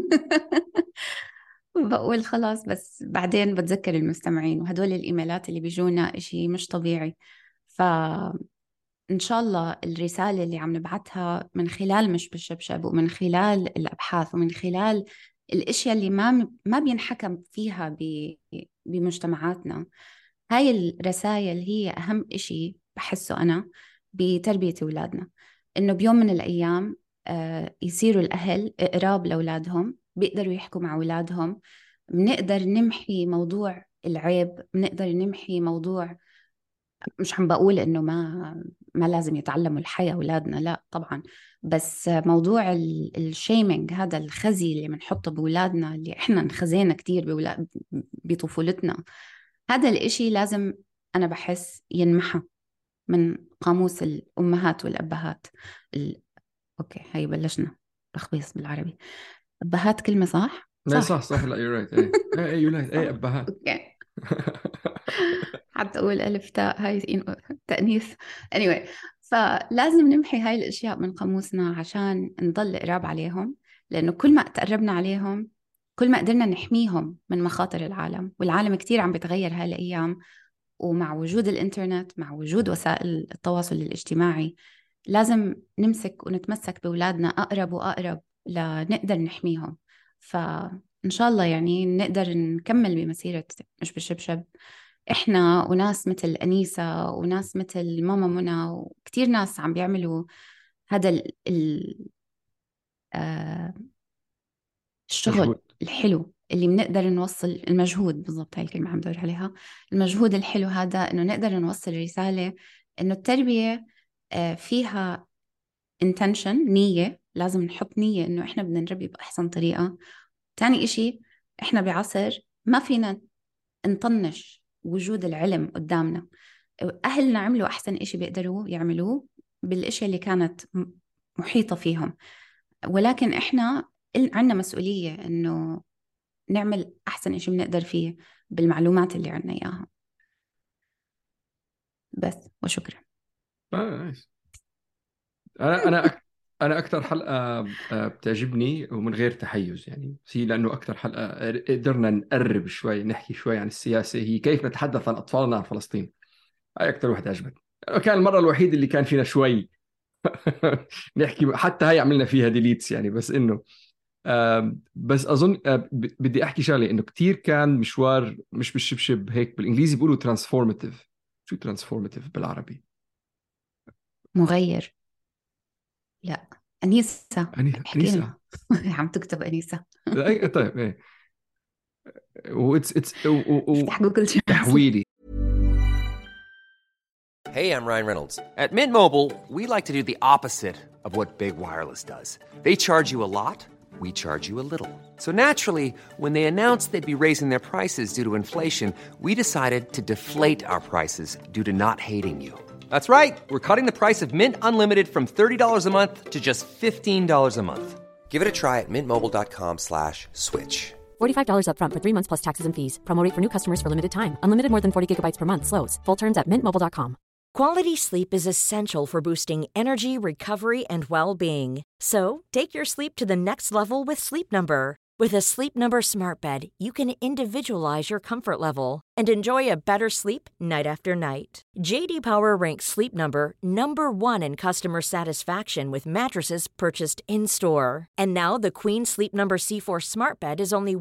بقول خلاص، بس بعدين بتذكر المستمعين، وهدول الإيميلات اللي بيجونا إشي مش طبيعي. فإن شاء الله الرسالة اللي عم نبعتها من خلال مش بالشبشب، ومن خلال الأبحاث، ومن خلال الأشياء اللي ما بينحكم فيها بمجتمعاتنا، هاي الرسائل هي أهم إشي بحسه أنا بتربية أولادنا. إنه بيوم من الأيام يصيروا الأهل قراب لأولادهم، بيقدروا يحكوا مع أولادهم، بنقدر نمحي موضوع العيب، بنقدر نمحي موضوع. مش عم بقول إنه ما لازم يتعلموا الحياة أولادنا، لا طبعا، بس موضوع الشيمينج، هذا الخزي اللي بنحطه بأولادنا، اللي إحنا انخزينا كتير بطفولتنا، هذا الإشي لازم، أنا بحس، ينمحى من قاموس الأمهات والأبهات. أوكي، هاي بلشنا تخبيص بالعربي. أبهات كلمة صح؟ لا صح لا you're right. ايه you're right. ايه أبهات. أوكي. حتى أقول ألف تاء، هاي تأنيث. anyway، فلازم نمحي هاي الأشياء من قاموسنا عشان نضل قراب عليهم، لأنه كل ما تقربنا عليهم كل ما قدرنا نحميهم من مخاطر العالم. والعالم كتير عم بيتغير هاي الأيام، ومع وجود الإنترنت، مع وجود وسائل التواصل الاجتماعي، لازم نمسك ونتمسك بأولادنا أقرب وأقرب لنقدر نحميهم. فإن شاء الله يعني نقدر نكمل بمسيرة مش بالشبشب، إحنا وناس مثل أنيسة، وناس مثل ماما منى، وكتير ناس عم بيعملوا هذا آه، الشغل مجهود. الحلو اللي بنقدر نوصل. المجهود، بالضبط، هاي الكلمة عم بدور عليها. المجهود الحلو هذا، إنه نقدر نوصل رسالة إنه التربية فيها intention، نية. لازم نحط نية إنه إحنا بدنا نربي بأحسن طريقة. تاني إشي، إحنا بعصر ما فينا نطنش وجود العلم قدامنا. أهلنا عملوا أحسن إشي بيقدروا يعملوه بالأشياء اللي كانت محيطة فيهم، ولكن إحنا عندنا مسؤولية إنه نعمل أحسن إشي بنقدر فيه بالمعلومات اللي عنا إياها. بس، وشكرا. نايس. انا اكثر حلقه بتعجبني ومن غير تحيز يعني، هي لانه اكثر حلقه قدرنا نقرب شوي، نحكي شوي عن السياسه، هي كيف نتحدث عن اطفالنا عن فلسطين. هاي اكثر واحده عجبتني، كان المره الوحيده اللي كان فينا شوي نحكي، حتى هاي عملنا فيها ديليتس يعني. بس انه بس اظن بدي احكي شغله، انه كتير كان مشوار مش بالشبشب، هيك بالانجليزي بيقولوا ترانسفورماتيف. شو ترانسفورماتيف بالعربي؟ مغير. لا، أنيسة. احكي أنيسة. لنا. عم تكتب أنيسة. طيب ايه، واتس افتح جوجل تحويلي. Hey, I'm Ryan Reynolds. At Mint Mobile, we like to do the opposite of what Big Wireless does. They charge you a lot, we charge you a little. So naturally, when they announced they'd be raising their prices due to inflation, we decided to deflate our prices due to not hating you. That's right. We're cutting the price of Mint Unlimited from $30 a month to just $15 a month. Give it a try at mintmobile.com/switch. $45 up front for 3 months plus taxes and fees. Promo rate for new customers for limited time. Unlimited more than 40 gigabytes per month. Slows full terms at mintmobile.com. Quality sleep is essential for boosting energy, recovery, and well-being. So, take your sleep to the next level with Sleep Number. With a Sleep Number smart bed, you can individualize your comfort level and enjoy a better sleep night after night. JD Power ranks Sleep Number #1 in customer satisfaction with mattresses purchased in-store. And now the Queen Sleep Number C4 smart bed is only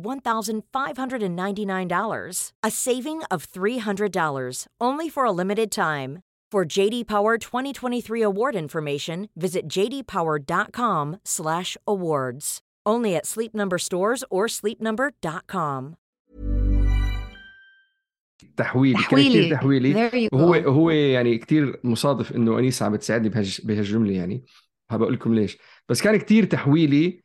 $1,599, a saving of $300, only for a limited time. For JD Power 2023 award information, visit jdpower.com/awards. Only at Sleep Number stores or sleepnumber.com. تحويلي كان كتير تحويلي. There you go. وهو يعني كتير مصادف انه انيسه عم بتساعدني بهالجمله يعني، هبقول لكم ليش. بس كان كتير تحويلي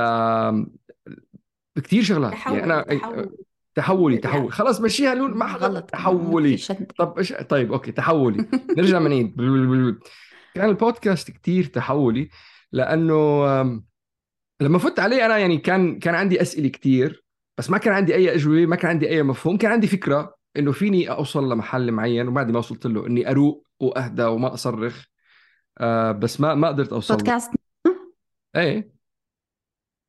بكتير شغلات يعني. انا تحول خلاص مشيها لون، ما حدا غلط. تحولي. شد. طيب اوكي تحولي. نرجع منين. كان البودكاست كتير تحولي، لانه لما فت عليه انا يعني كان عندي اسئله كتير، بس ما كان عندي اي اجوبه، ما كان عندي اي مفهوم. كان عندي فكره انه فيني اوصل لمحل معين، وبعد ما وصلت له اني اروق واهدى وما اصرخ. بس ما قدرت اوصل بودكاست. ايه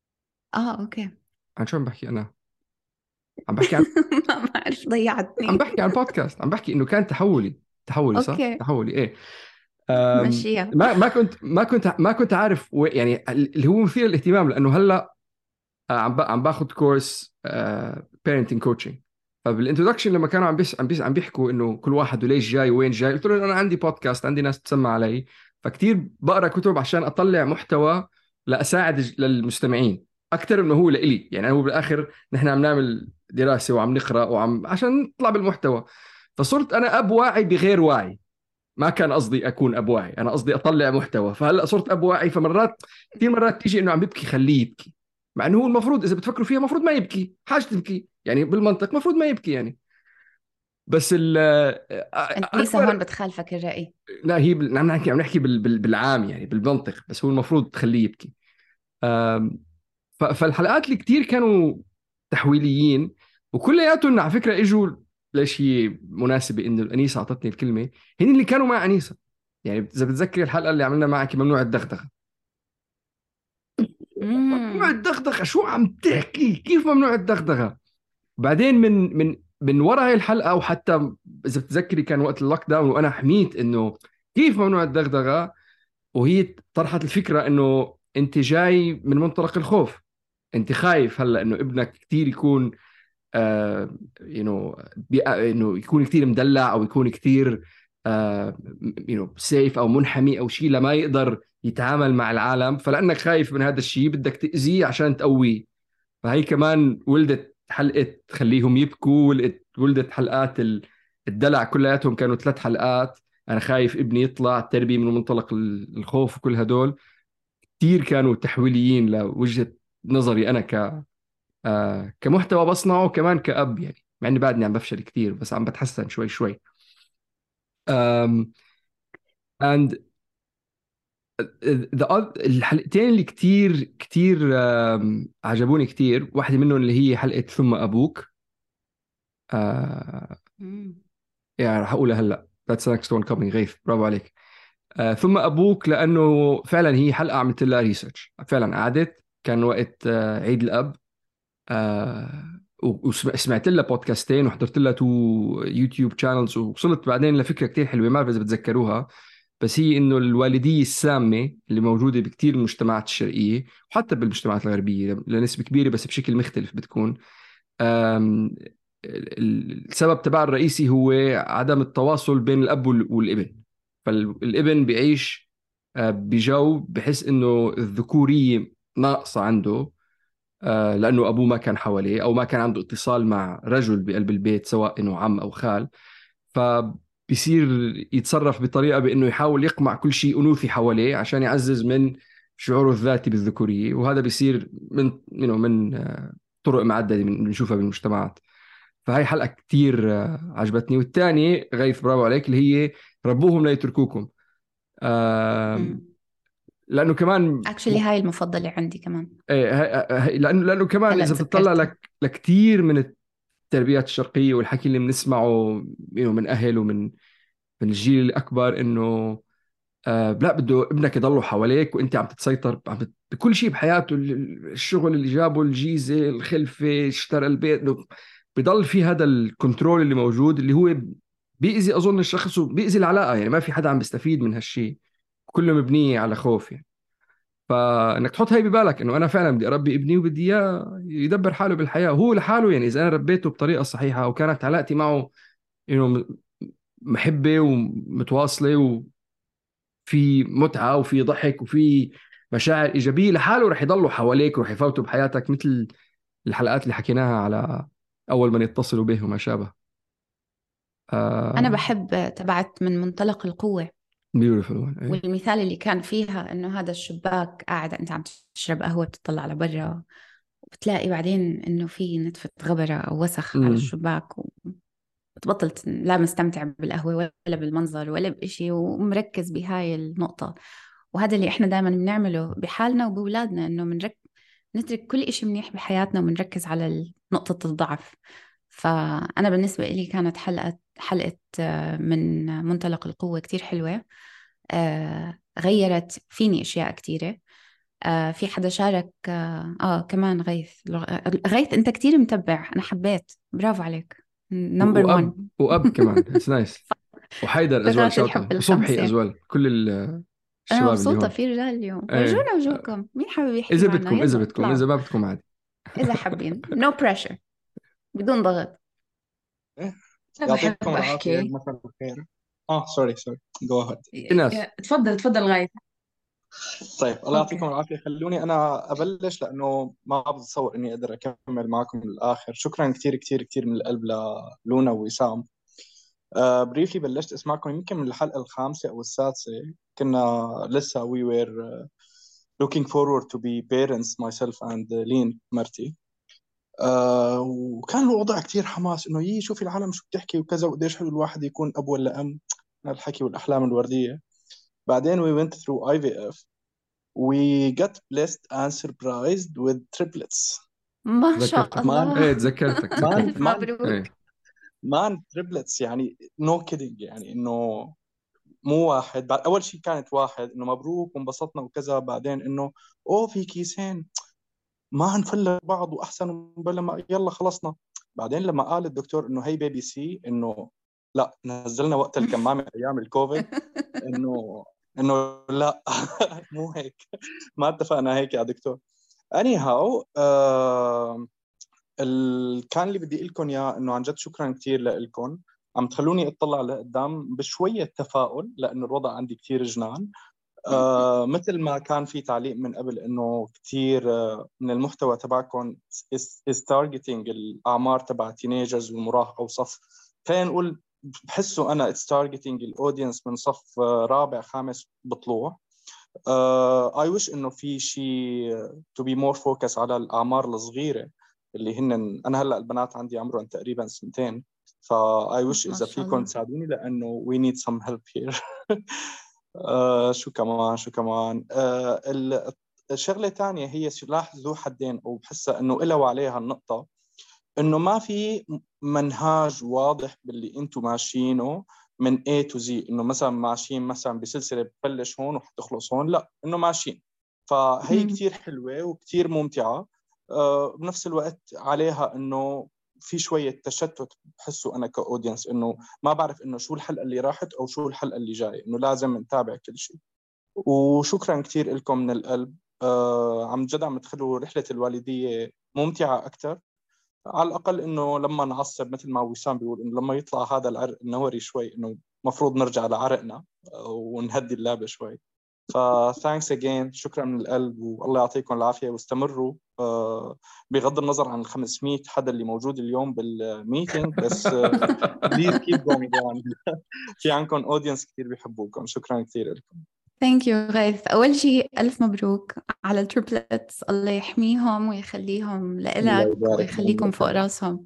أوكي. عن شو عم بحكي أنا؟ عم بحكي عن ما بعرف، ضيعتني. عم بحكي عن بودكاست، عم بحكي إنه كان تحولي صح؟ أوكي، تحولي إيه. مشيها. ما كنت عارف يعني اللي هو مثير للاهتمام، لأنه هلا عم باخذ كورس parenting coaching. فبالانترودكشن لما كانوا عم بيحكوا انه كل واحد وليش جاي وين جاي، قلت له انا عندي بودكاست، عندي ناس تسمع علي، فكتير بقرا كتب عشان اطلع محتوى لاساعد للمستمعين اكثر انه هو لإلي. يعني هو بالاخر نحن عم نعمل دراسه وعم نقرا عشان نطلع بالمحتوى. فصرت انا اب واعي بغير واعي. ما كان قصدي اكون اب واعي، انا قصدي اطلع محتوى. فهلا صرت اب واعي، فمرات كثير مرات تيجي انه عم ببكي خليه يبكي، مع انه هو المفروض اذا بتفكروا فيها المفروض ما يبكي، حاجه تبكي يعني بالمنطق المفروض ما يبكي يعني. بس أنيسة هون بتخالفك الرأي. لا هي عم نحكي بالعام يعني بالمنطق، بس هو المفروض تخليه يبكي. آم، فالحلقات اللي كتير كانوا تحويليين، وكلياتهم على فكره اجوا ليش هي مناسبه انه الانيسه اعطتني الكلمه، هن اللي كانوا مع انيسه. يعني اذا بتذكري الحلقه اللي عملنا معك ممنوع الدغدغه. ممنوع الدغدغه، شو عم تحكي؟ كيف ممنوع الدغدغه؟ بعدين من وراء هاي الحلقه، وحتى اذا بتذكري كان وقت اللوك داون وانا حميت انه كيف ممنوع الدغدغه، وهي طرحت الفكره انه انت جاي من منطلق الخوف، انت خايف هلا انه ابنك كثير يكون انه يكون كثير مدلع، او يكون كثير سيف او منحمي او شيء لما يقدر يتعامل مع العالم، فلانك خايف من هذا الشيء بدك تاذيه عشان تقويه. فهي كمان ولدت حلقه خليهم يبكوا، ولدت حلقات الدلع، كلياتهم كانوا 3 حلقات. انا خايف ابني يطلع التربيه من منطلق الخوف، وكل هدول كثير كانوا تحويليين لوجهه نظري انا كمحتوى بصنعه، وكمان كأب يعني، مع اني بعدني عم بفشل كثير بس عم بتحسن شوي شوي. and الحلقتين اللي كتير كتير عجبوني كتير، واحدة منهم اللي هي حلقة ثم أبوك. يعني رح أقولها هلأ. That's the next one coming. غيث برافو عليك. ثم أبوك، لأنه فعلا هي حلقة عملت لها ريسيرش. فعلا قعدت، كان وقت عيد الأب، وسمعت لها بودكاستين وحضرت لها 2 يوتيوب شانلز، ووصلت بعدين لفكرة كتير حلوة، ما بعرف إذا بتذكروها، بس هي إنه الوالدية السامة اللي موجودة بكتير المجتمعات الشرقية وحتى بالمجتمعات الغربية لنسبة كبيرة بس بشكل مختلف بتكون. السبب تبع الرئيسي هو عدم التواصل بين الأب والابن. فالابن بيعيش بجو بحس إنه الذكورية ناقصة عنده، لأنه أبوه ما كان حواليه أو ما كان عنده اتصال مع رجل بقلب البيت، سواء إنه عم أو خال. فبصير يتصرف بطريقة بإنه يحاول يقمع كل شيء أنوثي حواليه عشان يعزز من شعوره الذاتي بالذكورية. وهذا بيصير من طرق معددة بنشوفها بالمجتمعات. فهي حلقة كتير عجبتني. والثانية غيث برافو عليك، اللي هي ربوهم لا يتركوكم. لأنه كمان اكشلي هاي المفضلة عندي كمان. لأنه كمان إذا بتطلع لكتير من التربيات الشرقية والحكي اللي بنسمعه من أهل ومن الجيل الأكبر، إنه لا بده ابنك يضله حواليك وأنت عم تتسيطر بكل شيء بحياته، الشغل اللي جابه، الجيزة، الخلفة، اشترى البيت، بضل في هذا الكنترول اللي موجود، اللي هو بيأذي أظن الشخص وبيأذي العلاقة. يعني ما في حدا عم بيستفيد من هالشيء، كله مبنية على خوف يعني. فانك تحط هاي ببالك انه انا فعلا بدي اربي ابني وبدي اياه يدبر حاله بالحياه وهو لحاله. يعني اذا انا ربيته بطريقه صحيحه وكانت علاقتي معه محبه ومتواصله وفي متعه وفي ضحك وفي مشاعر ايجابيه، لحاله رح يضلوا حواليك ورح يفوتوا بحياتك، مثل الحلقات اللي حكيناها على اول من يتصلوا به وما شابه. انا بحب تبعت من منطلق القوه. بيوتيفول. والمثال اللي كان فيها انه هذا الشباك قاعد انت عم تشرب قهوه بتطلع على برا وبتلاقي بعدين انه في نتفه غبره او وسخ على الشباك، وبتبطل لا مستمتع بالقهوه ولا بالمنظر ولا بإشي، ومركز بهاي النقطه. وهذا اللي احنا دائما بنعمله بحالنا وبأولادنا، انه نترك كل إشي منيح بحياتنا ومنركز على نقطه الضعف. فأنا بالنسبة لي كانت حلقة من منطلق القوة كتير حلوة، غيرت فيني أشياء كتيرة. في حدا شارك كمان غيث أنت كتير متبع، أنا حبيت، برافو عليك، نمبر 1. وأب كمان اتس نايس. وحيدر أزوال قناة شوت الحب اوت، وصبحي الخمسة. أزوال، كل أنا الشباب اللي مبسوطة هون. في رجال اليوم، ايه ورجونا مين حابب يحكي إذا معنا؟ بدكم، إذا يلا بدكم، طلعوا إذا ما بدكم عادي. إذا حابين no pressure، بدون ضغط. يعطيكم العافية. مساء الخير. سوري جو أهيد. الناس تفضل غاية. طيب الله يعطيكم العافية. خلوني أنا أبلش لأنه ما بتصور إني أقدر أكمل معكم للآخر. شكرا كتير كتير كتير من القلب للونا ووسام. بريفلي بلشت اسمعكم يمكن من الحلقة الخامسة أو السادسة. كنا لسه we were looking forward to be parents myself and لين مرتي. وكان الوضع كتير حماس إنه شوفي العالم شو بتحكي وكذا وقديش حلو الواحد يكون أب ولا أم، الحكي والأحلام الوردية. بعدين we went through IVF. We got blessed and surprised with triplets. ما شاء ذكرتك الله. ايه تذكرتك مبروك. ايه مان triplets يعني no kidding، يعني إنه مو واحد. بعد أول شيء كانت واحد إنه مبروك وانبسطنا وكذا، بعدين إنه في كيسين ما هنفلق بعض وأحسن بلا ما يلا خلصنا. بعدين لما قال الدكتور إنه هي بيبي سي، إنه لا نزلنا وقت الكمامة أيام الكوفيد إنه لا مو هيك، ما اتفقنا هيك يا دكتور. anyhow كان اللي بدي لكم إياه إنه عن جد شكرا كتير لكم، عم تخلوني اطلع لقدام بشوية تفاؤل لأنه الوضع عندي كتير جنان. مثل ما كان في تعليق من قبل إنه كتير من المحتوى تبعكم is targeting الأعمار تبع teenagers والمراهقة وصف، خلينا نقول بحسوا أنا it's targeting الأودينس من صف رابع خامس بطلوع. I wish إنه في شيء to be more focus على الأعمار الصغيرة اللي هن أنا هلأ البنات عندي عمرهم تقريبا 2 I wish إذا فيكم تساعدوني لأنه we need some help here. شو كمان الشغلة تانية هي سلاح ذو حدين، أو بحسها إنه إلا وعليها النقطة إنه ما في منهاج واضح باللي أنتم ماشيينه من A to Z، إنه مثلا ماشيين مثلا بسلسلة ببلش هون وحتخلص هون، لا إنه ماشيين. فهي كتير حلوة وكتير ممتعة. بنفس الوقت عليها إنه في شوية تشتت بحسه أنا كأودينس، إنه ما بعرف إنه شو الحلقة اللي راحت أو شو الحلقة اللي جاية، إنه لازم نتابع كل شيء. وشكرا كتير لكم من القلب. عم جد عم تخلوا رحلة الوالدية ممتعة أكتر. على الأقل إنه لما نعصب مثل ما وسام بيقول إنه لما يطلع هذا العرق النوري شوي إنه مفروض نرجع لعرقنا ونهدي اللعبة شوي. thanks again، شكرا من القلب والله يعطيكم العافية. واستمروا بغض النظر عن 500 حدا اللي موجود اليوم بالميتينج، بس please keep going on. في عندكم audience كتير بيحبوكم. شكرا كتير لكم. Thank you غيث. أول شيء ألف مبروك على التريبلتس، الله يحميهم ويخليهم لإلك ويخليكم فوق راسهم.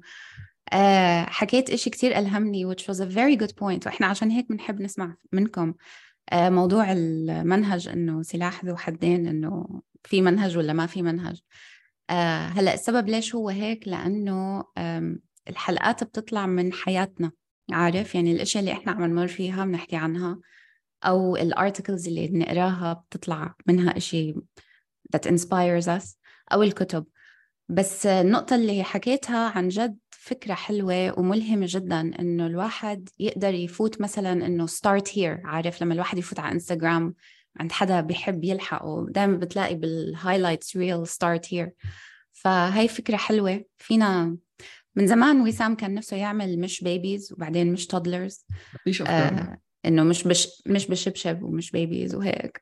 حكيت إشي كتير ألهمني which was a very good point، وإحنا عشان هيك بنحب نسمع منكم. موضوع المنهج إنه سلاح ذو حدين، إنه في منهج ولا ما في منهج. هلأ السبب ليش هو هيك لأنه الحلقات بتطلع من حياتنا، عارف يعني الأشياء اللي إحنا عم نمر فيها بنحكي عنها، أو الارتكلز اللي نقراها بتطلع منها إشي that inspires us، أو الكتب. بس النقطة اللي حكيتها عن جد فكرة حلوة وملهمة جدا، إنه الواحد يقدر يفوت مثلا إنه start here، عارف لما الواحد يفوت على إنستغرام عند حدا بيحب يلحقه دائما بتلاقي بالهايلايتس real start here. فهي فكرة حلوة. فينا من زمان وسام كان نفسه يعمل مش بيبيز وبعدين مش تودلرز، إنه مش بشبشب ومش بيبيز وهيك.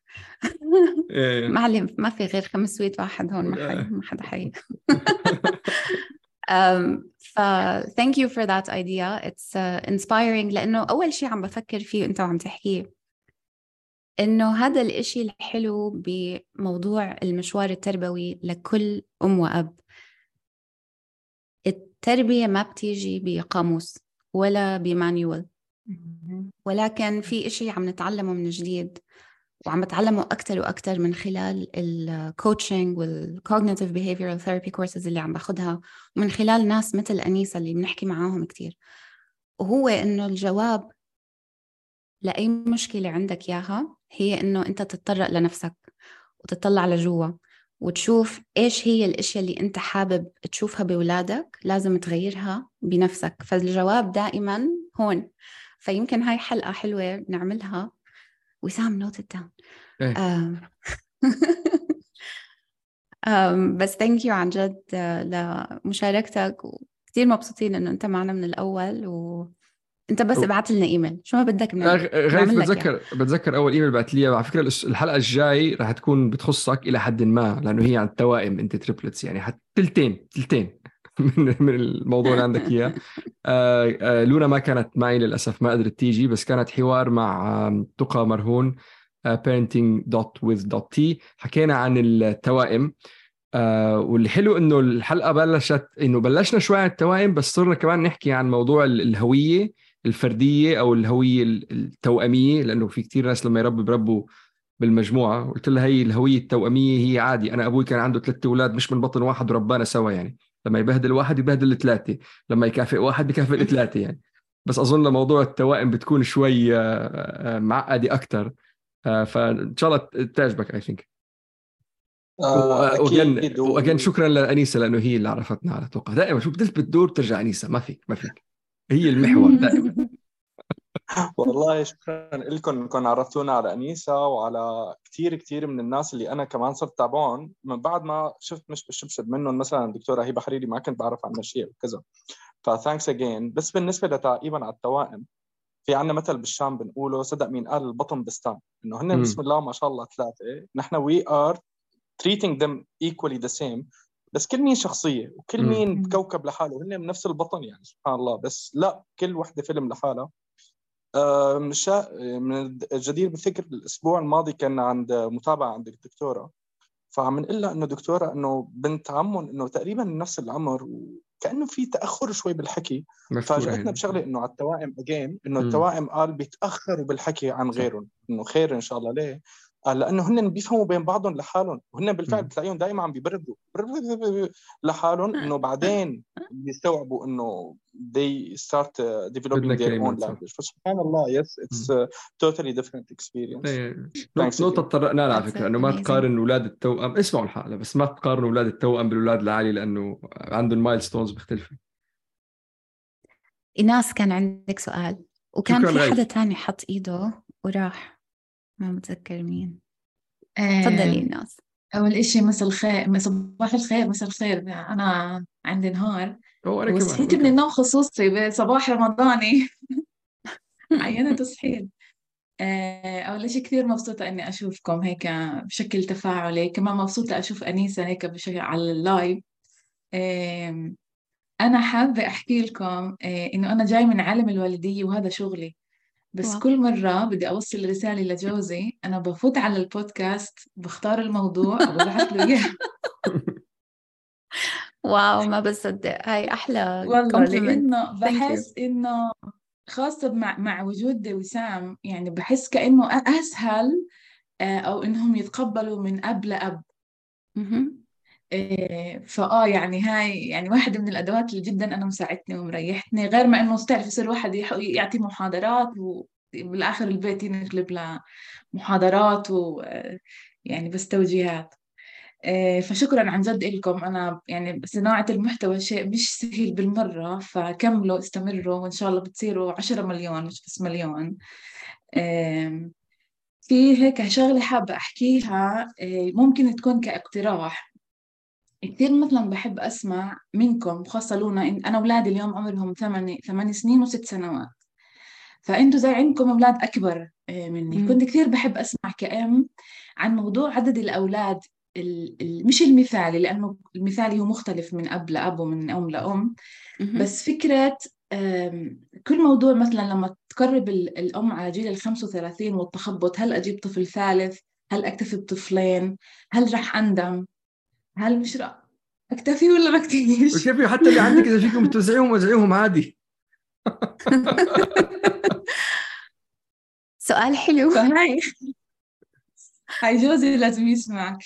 معلم ما في غير 500 واحد هون، ما حدا حي. thank you for that idea. It's inspiring، لأنه أول شيء عم بفكر فيه أنت وعم تحكيه إنه هذا الإشي الحلو بموضوع المشوار التربوي لكل أم وأب. التربية ما بتيجي بقاموس ولا بمانيوال، ولكن في إشي عم نتعلمه من جديد، وعم بتعلمه أكتر وأكتر من خلال الكوتشنج والcognitive behavioral therapy courses اللي عم باخدها، ومن خلال ناس مثل أنيسة اللي بنحكي معاهم كتير. وهو إنه الجواب لأي مشكلة عندك إياها هي إنه أنت تتطرق لنفسك وتطلع لجوا وتشوف إيش هي الأشياء اللي أنت حابب تشوفها بولادك، لازم تغيرها بنفسك. فالجواب دائما هون. فيمكن هاي حلقة حلوة نعملها. وسام نوت الداون. بس thank you عن جد لمشاركتك، وكتير مبسوطين إنه أنت معنا من الأول. وأنت بس ابعت لنا إيميل شو ما بدك غير بتذكر أول إيميل بعت لي على فكرة. الحلقة الجاي راح تكون بتخصك إلى حد ما، لأنه هي عن التوائم، أنت تريبلتس يعني حتى تلتين من الموضوع اللي عندك إياه. لونا ما كانت معي للأسف، ما قدرت تيجي، بس كانت حوار مع تقى مرهون parenting.with.t. حكينا عن التوائم. واللي حلو إنه الحلقة بلشنا شوي عن التوائم، بس صرنا كمان نحكي عن موضوع الهوية الفردية أو الهوية التوأمية، لأنه في كتير ناس لما بربوا بالمجموعة. قلت لها هي الهوية التوأمية هي عادي. أنا أبوي كان عنده 3 أولاد مش من بطن واحد وربانا سوا، يعني لما يبهدل واحد يبهدل 3، لما يكافئ واحد بكافئ 3 يعني. بس أظن موضوع التوائم بتكون شوي معقدة أكتر. فإن شاء الله تعجبك I think. وأجن شكرا لأنيسة لأنه هي اللي عرفتنا على توقع. دائما شو بتدور ترجع أنيسة، ما فيك هي المحور دائما. والله شكرا لكم انكم عرفتونا على أنيسة وعلى كتير من الناس اللي أنا كمان صرت تابعون من بعد ما شفت مش بالشبشب منهم. مثلا الدكتورة هبة حريري ما كنت بعرف عنها شيء وكذا، فثانكس أجين. بس بالنسبة لتقريبا على التوائم، في عنا مثل بالشام بنقوله صدق مين قال البطن بستان، إنه هن بسم الله ما شاء الله 3. نحن we are treating them equally the same، بس كل مين شخصية وكل مين بكوكب لحاله، هن من نفس البطن يعني سبحان الله. بس لا، كل وحدة فيلم لحالها. من الجدير بالذكر الأسبوع الماضي كان عند متابعة عند الدكتورة، فعم نقول لها إنه دكتورة إنه بنت عمهم إنه تقريبا نفس العمر وكأنه في تأخر شوي بالحكي. فاجأتنا بشغلة إنه على التوائم أجين، إنه التوائم قال بيتأخروا بالحكي عن غيرهم، إنه خير إن شاء الله. ليه؟ قال لأنه هن بيفهموا بين بعضهم لحالهم، وهن بالفعل بتلاقيهم دائما عم بيبردوا لحالهم، إنه بعدين بيستوعبوا إنه they start developing their own language. فسبحان الله yes it's a totally different experience. نقطة طرقنا على فكرة إنه ما تقارن أولاد التوأم. اسمعوا الحلقة بس ما تقارنوا أولاد التوأم بالأولاد العالي، لأنه عندهم مايلستونز مختلفة. إيناس كان عندك سؤال، وكان في حدا تاني حط إيده وراح ما متذكر مين. تفضلي إيناس. أول إشي صباح الخير، مساء الخير. أنا عندي نهار وصحيت من النوم خصوصي بصباح رمضاني عينة تصحيل. أول إشي كثير مبسوطة إني أشوفكم هيك بشكل تفاعلي، كمان مبسوطة أشوف أنيسة هيك بشكل على اللايف. أنا حابة أحكي لكم إنه أنا جاي من عالم الوالدية وهذا شغلي، بس كل مرة بدي أوصل رسالة لجوزي أنا بفوت على البودكاست بختار الموضوع وببعث له إياه. واو ما بصدق، هاي أحلى والله لأنه بحس إنه خاصة مع وجود وسام، يعني بحس كأنه أسهل أو إنهم يتقبلوا من أب لأب. يعني هاي يعني واحدة من الأدوات اللي جدا أنا مساعدتني ومريحتني، غير ما إنه تعرف يصير واحد يعطي محاضرات وبالآخر البيت ينقلب لمحاضرات ويعني بس توجيهات. فشكرا عن جد لكم. أنا يعني صناعة المحتوى شيء مش سهل بالمرة، فكملوا استمروا وإن شاء الله بتصيروا 10 مليون مش بس مليون. في هيك شغلة حابة أحكيها، ممكن تكون كاقتراح. كثير مثلا بحب أسمع منكم، خاصة لونا، أنا أولادي اليوم عمرهم 8 سنين و6 سنوات، فأنتوا زي عندكم أولاد أكبر مني. كنت كثير بحب أسمع كأم عن موضوع عدد الأولاد مش المثالي، لأنه المثالي هو مختلف من أب لأب ومن أم لأم، بس فكرة كل موضوع مثلا لما تقرب الأم على جيل 35 والتخبط، هل أجيب طفل ثالث؟ هل أكتفي بطفلين؟ هل رح أندم؟ هل مش رح أكتفي ولا ما أكتفيش؟ وكيف حتى اللي عندك إذا فيكم توزعيهم وزعيهم عادي. سؤال حلو. هاي جوزي لازم يسمعك.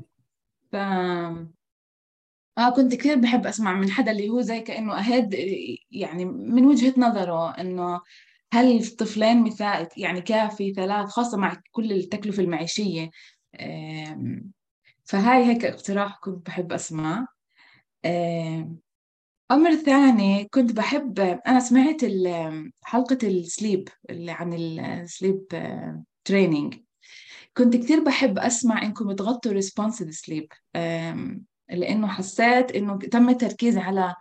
كنت كثير بحب أسمع من حدا اللي هو زي كأنه أهد، يعني من وجهة نظره إنه هل طفلين مثال يعني كافي، 3 خاصة مع كل التكلفة المعيشية. فهاي هيك اقتراح كنت بحب أسمع. أمر ثاني كنت بحب، أنا سمعت حلقة السليب اللي عن السليب تريننج. كنت كتير بحب أسمع إنكم تغطوا responsive sleep، لأنه حسيت إنه تم التركيز على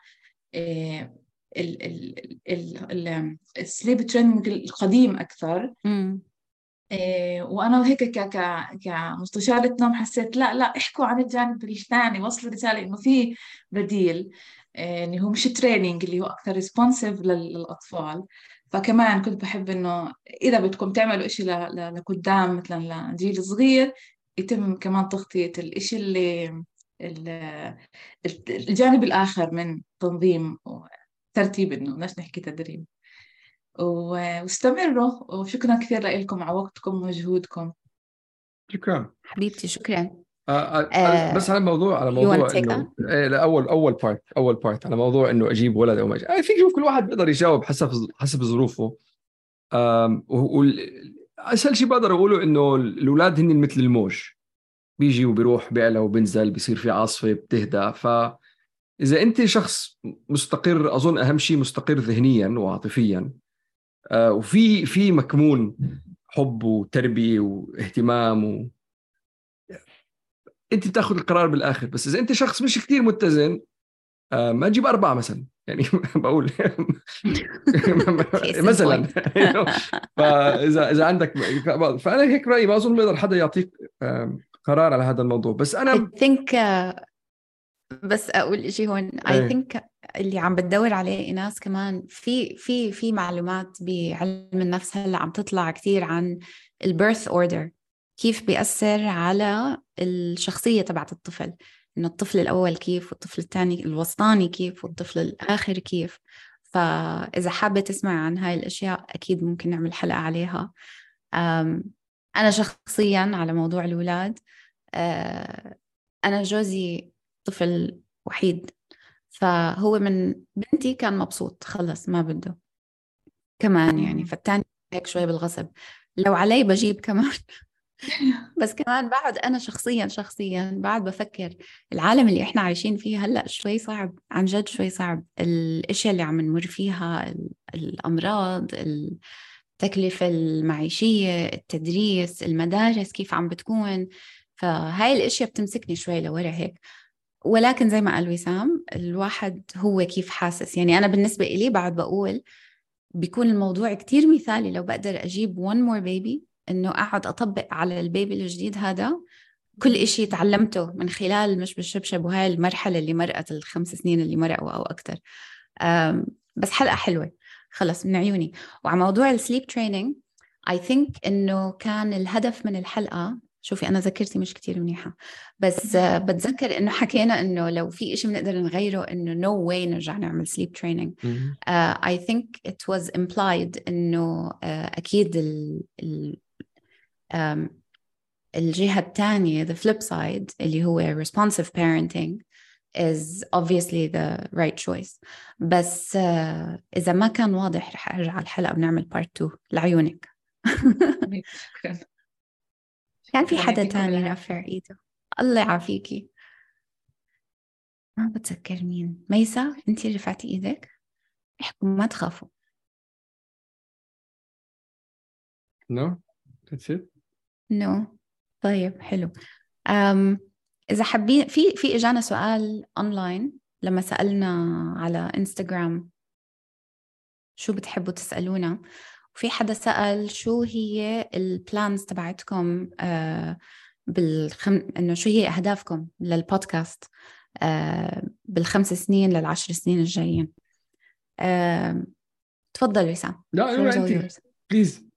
السليب تريننج القديم أكثر. وأنا هيك كمستشارة نوم حسيت لا احكوا عن الجانب الثاني، وصلوا رسالة إنه في بديل، اللي هو مش تريننج، اللي هو أكثر ريسبونسيف للأطفال. فكمان كنت بحب إنه إذا بدكم تعملوا إشي لقدام مثلا لجيل صغير، يتم كمان تغطية الإشي اللي الجانب الآخر من تنظيم وترتيب، إنه بدناش نحكي تدريب. واستمروا، وشكرا كثير لكم على وقتكم ومجهودكم. شكرا حبيبتي، شكرا. بس على موضوع انه اول بارت على موضوع انه اجيب ولد او ما اجيب. I think شوف كل واحد بيقدر يجاوب حسب ظروفه. اسهل شيء بقدر اقوله انه الاولاد هن مثل الموج، بيجي وبيروح، بيعلى وبنزل، بيصير في عاصفه بتهدى. فاذا انت شخص مستقر، اظن اهم شيء مستقر ذهنيا وعاطفيا، وفي مكمون حب وتربيه واهتمام انت بتاخذ القرار بالاخر. بس اذا انت شخص مش كتير متزن، ما تجيب 4 مثلا، يعني بقول مثلا. فاذا عندك، فانا هيك رايي، ما اظن بيقدر حدا يعطيك قرار على هذا الموضوع. بس انا I think بس اقول شيء هون. I think اللي عم بتدور عليه ايناس كمان في معلومات بعلم النفس هلا عم تطلع كتير عن البيرث اوردر، كيف بيأثر على الشخصية تبعت الطفل، إنه الطفل الأول كيف، والطفل الثاني الوسطاني كيف، والطفل الآخر كيف. فإذا حابة تسمع عن هاي الأشياء أكيد ممكن نعمل حلقة عليها. أنا شخصياً على موضوع الأولاد، أنا جوزي طفل وحيد، فهو من بنتي كان مبسوط خلص ما بده كمان يعني. فالتاني هيك شوي بالغصب، لو علي بجيب كمان. بس كمان بعد أنا شخصياً بعد بفكر العالم اللي إحنا عايشين فيه هلأ شوي صعب، عن جد شوي صعب. الأشياء اللي عم نمر فيها، الأمراض، التكلفة المعيشية، التدريس، المدارس كيف عم بتكون. فهاي الأشياء بتمسكني شوي لورا هيك. ولكن زي ما قال وسام، الواحد هو كيف حاسس. يعني أنا بالنسبة إلي بعد بقول بيكون الموضوع كتير مثالي لو بقدر أجيب one more baby، إنه أقعد أطبق على البيبي الجديد هذا كل إشي تعلمته من خلال مش بالشبشب وهاي المرحلة اللي مرقت 5 سنين اللي مرقوا أو أكتر. بس حلقة حلوة خلص من عيوني. وعلى موضوع السليب تريننج، I think إنه كان الهدف من الحلقة، شوفي أنا ذاكرتي مش كتير منيحة، بس بتذكر إنه حكينا إنه لو في إشي بنقدر نغيره إنه no way نرجع نعمل sleep training. I think it was implied إنه أكيد الجهة الثانية the flip side اللي هو responsive parenting is obviously the right choice. بس إذا ما كان واضح رح أرجع الحلقة ونعمل part 2 لعيونك. كان في حدا تاني رافع إيده، الله يعافيكي، ما بتذكر مين. ميسا أنتي رفعتي إيدك، احكوا ما تخافوا. No, that's it. No. طيب حلو. إذا حابين، في إجانا سؤال أونلاين لما سألنا على إنستغرام شو بتحبوا تسألونا، وفي حدا سأل شو هي البلانز تبعتكم إنه شو هي أهدافكم للبودكاست بال5 سنين لل10 سنين الجايين. تفضل وسام. لا أنت بليز.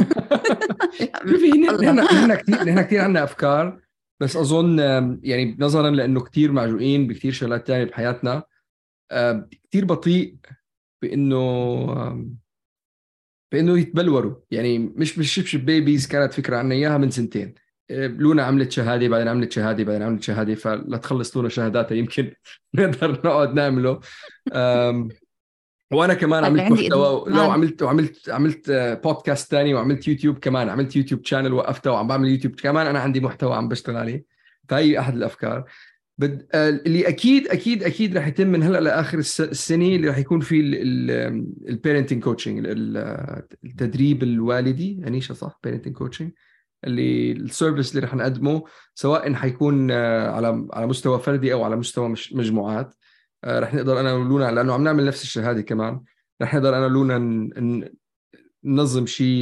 شوفي نحن كتير عنا أفكار، بس أظن يعني نظرا لأنه كتير معجوقين بكتير شغلات تانية بحياتنا، كتير بطيء بأنه يتبلوروا. يعني مش بالشبشب بيبيز كانت فكرة عنا إياها من 2 سنين. لونا عملت شهادة، بعدين عملت شهادة، بعدين عملت شهادة، فلا تخلص لونا شهاداتها يمكن نقدر نقعد نعمله. وانا كمان طيب عملت عندي محتوى، لو إدمان. عملت بودكاست تاني، وعملت يوتيوب كمان، عملت يوتيوب شانل وقفتها، وعم بعمل يوتيوب كمان. انا عندي محتوى عم بشتغل عليه. فهي احد الافكار. اللي اكيد رح يتم من هلا لاخر السنه، اللي رح يكون في البيرنتنج كوتشنج، التدريب الوالدي. انيشا صح؟ بيرنتنج كوتشنج، اللي السيرفيس اللي رح نقدمه، سواء حيكون على مستوى فردي او على مستوى مجموعات. رح نقدر انا ولونا، لانه عم نعمل نفس الشيء هذه كمان، رح نقدر انا ولونا ننظم شيء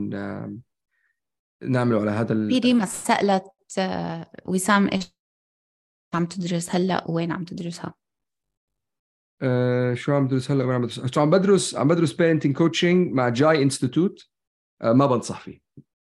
نعمله على هذا في ريما سألت وسام إيش عم تدرس هلأ وين عم تدرسها؟ شو عم بدرس هلا؟ وين عم بدرس؟ عم بدرس بيرنتنج كوتشنج مع جاي انستيتوت. ما بنصح فيه.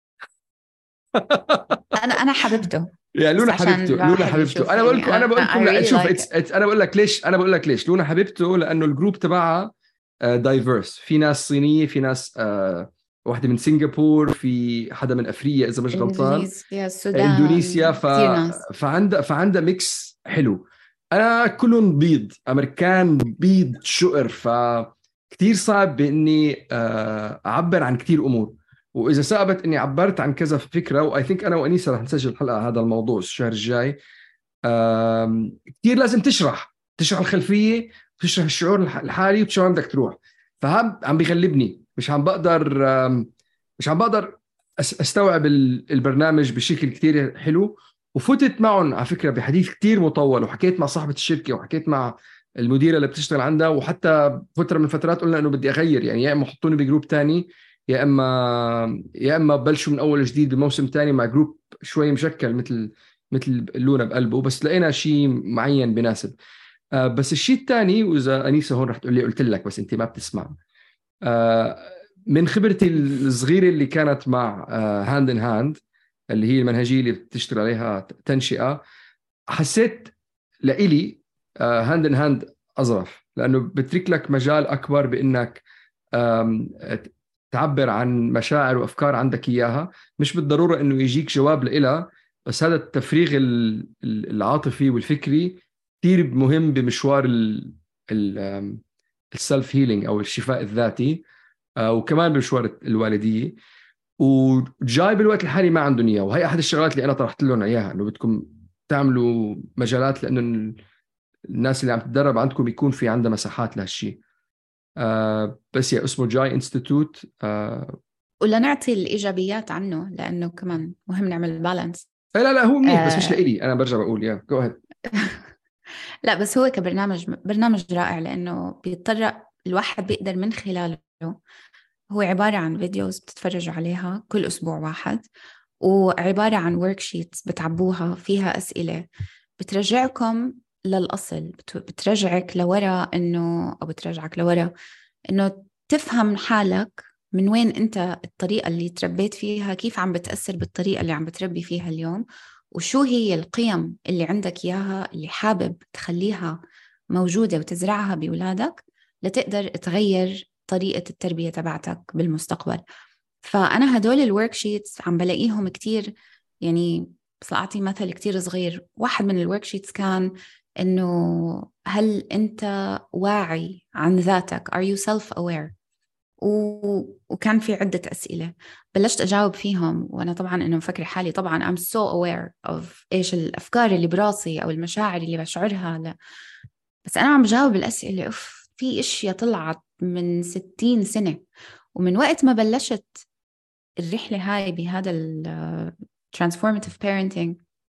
أنا حببته. يا لونا بس عشان حبيبته، الواحد لونا حبيبته. يشوف انا بقول يعني لكم، انا بقول لكم I لا really شوف، like it. انا بقول لك ليش لونا حبيبته، لانه الجروب تبعها دايفيرس. في ناس صينيه، في ناس واحده من سنغافور، في حدا من افريقيا اذا مش غلطان، إندونيسيا، السودان، اندونيسيا. كثير ناس. فعندها ميكس حلو. انا كلهم بيض امريكان، بيض شقر، فكتير صعب باني اعبر عن كتير امور. واذا ثابت اني عبرت عن كذا فكره، واي ثينك انا وانيسه رح نسجل حلقه هذا الموضوع الشهر الجاي، كتير لازم تشرح الخلفيه، تشرح الشعور الحالي، وشو عندك تروح. فهم عم بيغلبني، مش عم بقدر استوعب البرنامج بشكل كتير حلو. وفتت معهم على فكره بحديث كتير مطول، وحكيت مع صاحبه الشركه، وحكيت مع المديره اللي بتشتغل عندها، وحتى فتره من الفترات قلنا انه بدي اغير، يعني يا اما حطوني بجروب تاني، يا اما بلشوا من اول جديد بموسم تاني مع جروب شوي مشكل مثل لونا بقلبه. بس لقينا شيء معين بناسب. بس الشيء الثاني، واذا انيسه هون رح تقول لي قلت لك بس انت ما بتسمع، من خبرتي الصغيره اللي كانت مع هاند ان هاند، اللي هي المنهجيه اللي بتشتغل عليها تنشئه، حسيت لإلي هاند ان هاند أظرف، لأنه بترك لك مجال أكبر بإنك تعبر عن مشاعر وأفكار عندك إياها. مش بالضرورة إنه يجيك جواب لإلها، بس هذا التفريغ العاطفي والفكري كتير مهم بمشوار السلف هيلينج أو الشفاء الذاتي، وكمان بمشوار الوالدية. وجاي بالوقت الحالي ما عندهم إياه، وهي أحد الشغلات اللي أنا طرحت لهم إياها، إنه بدكم تعملوا مجالات، لأنه الناس اللي عم تتدرب عندكم يكون في عندها مساحات لهالشيء. بس يا اسمه جاي انستيتوت. ولا نعطي الإيجابيات عنه، لأنه كمان مهم نعمل بالانس. لا هو منيح، بس مش لإلي. أنا برجع بقول يا جو أهيد. لا بس هو برنامج رائع، لأنه بيضطر الواحد بيقدر من خلاله، هو عبارة عن فيديوز بتتفرجوا عليها كل أسبوع واحد، وعبارة عن worksheets بتعبوها فيها أسئلة بترجعكم للأصل، بترجعك لورا أو بترجعك لورا إنه تفهم حالك من وين أنت، الطريقة اللي تربيت فيها كيف عم بتأثر بالطريقة اللي عم بتربي فيها اليوم، وشو هي القيم اللي عندك إياها اللي حابب تخليها موجودة وتزرعها بأولادك لتقدر تغير طريقة التربية تبعتك بالمستقبل. فأنا هدول الورك شيتس عم بلاقيهم كتير، يعني بس أعطي مثل كتير صغير. واحد من الورك شيتس كان إنه هل أنت واعي عن ذاتك؟ Are you self-aware؟ وكان في عدة أسئلة بلشت أجاوب فيهم، وأنا طبعا إنه مفكر حالي طبعا I'm so aware of إيش الأفكار اللي براسي أو المشاعر اللي بشعرها. لا بس أنا عم بجاوب الأسئلة، في إشياء طلعت من 60 سنة. ومن وقت ما بلشت الرحلة هاي بهذا transformative parenting،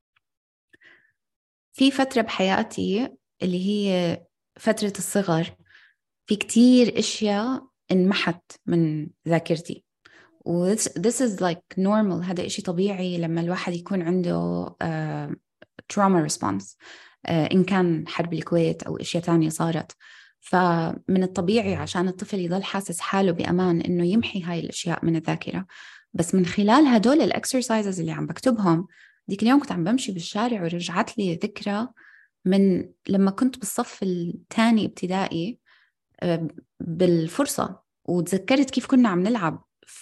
في فترة بحياتي اللي هي فترة الصغر، في كتير إشياء انمحت من ذاكرتي. و this is like normal، هذا إشي طبيعي لما الواحد يكون عنده trauma response، إن كان حرب الكويت أو إشياء تانية صارت. فمن الطبيعي عشان الطفل يضل حاسس حاله بأمان إنه يمحي هاي الأشياء من الذاكرة. بس من خلال هدول الأكسرسايزز اللي عم بكتبهم، ديك اليوم كنت عم بمشي بالشارع ورجعت لي ذكرى من لما كنت بالصف الثاني ابتدائي بالفرصة، وتذكرت كيف كنا عم نلعب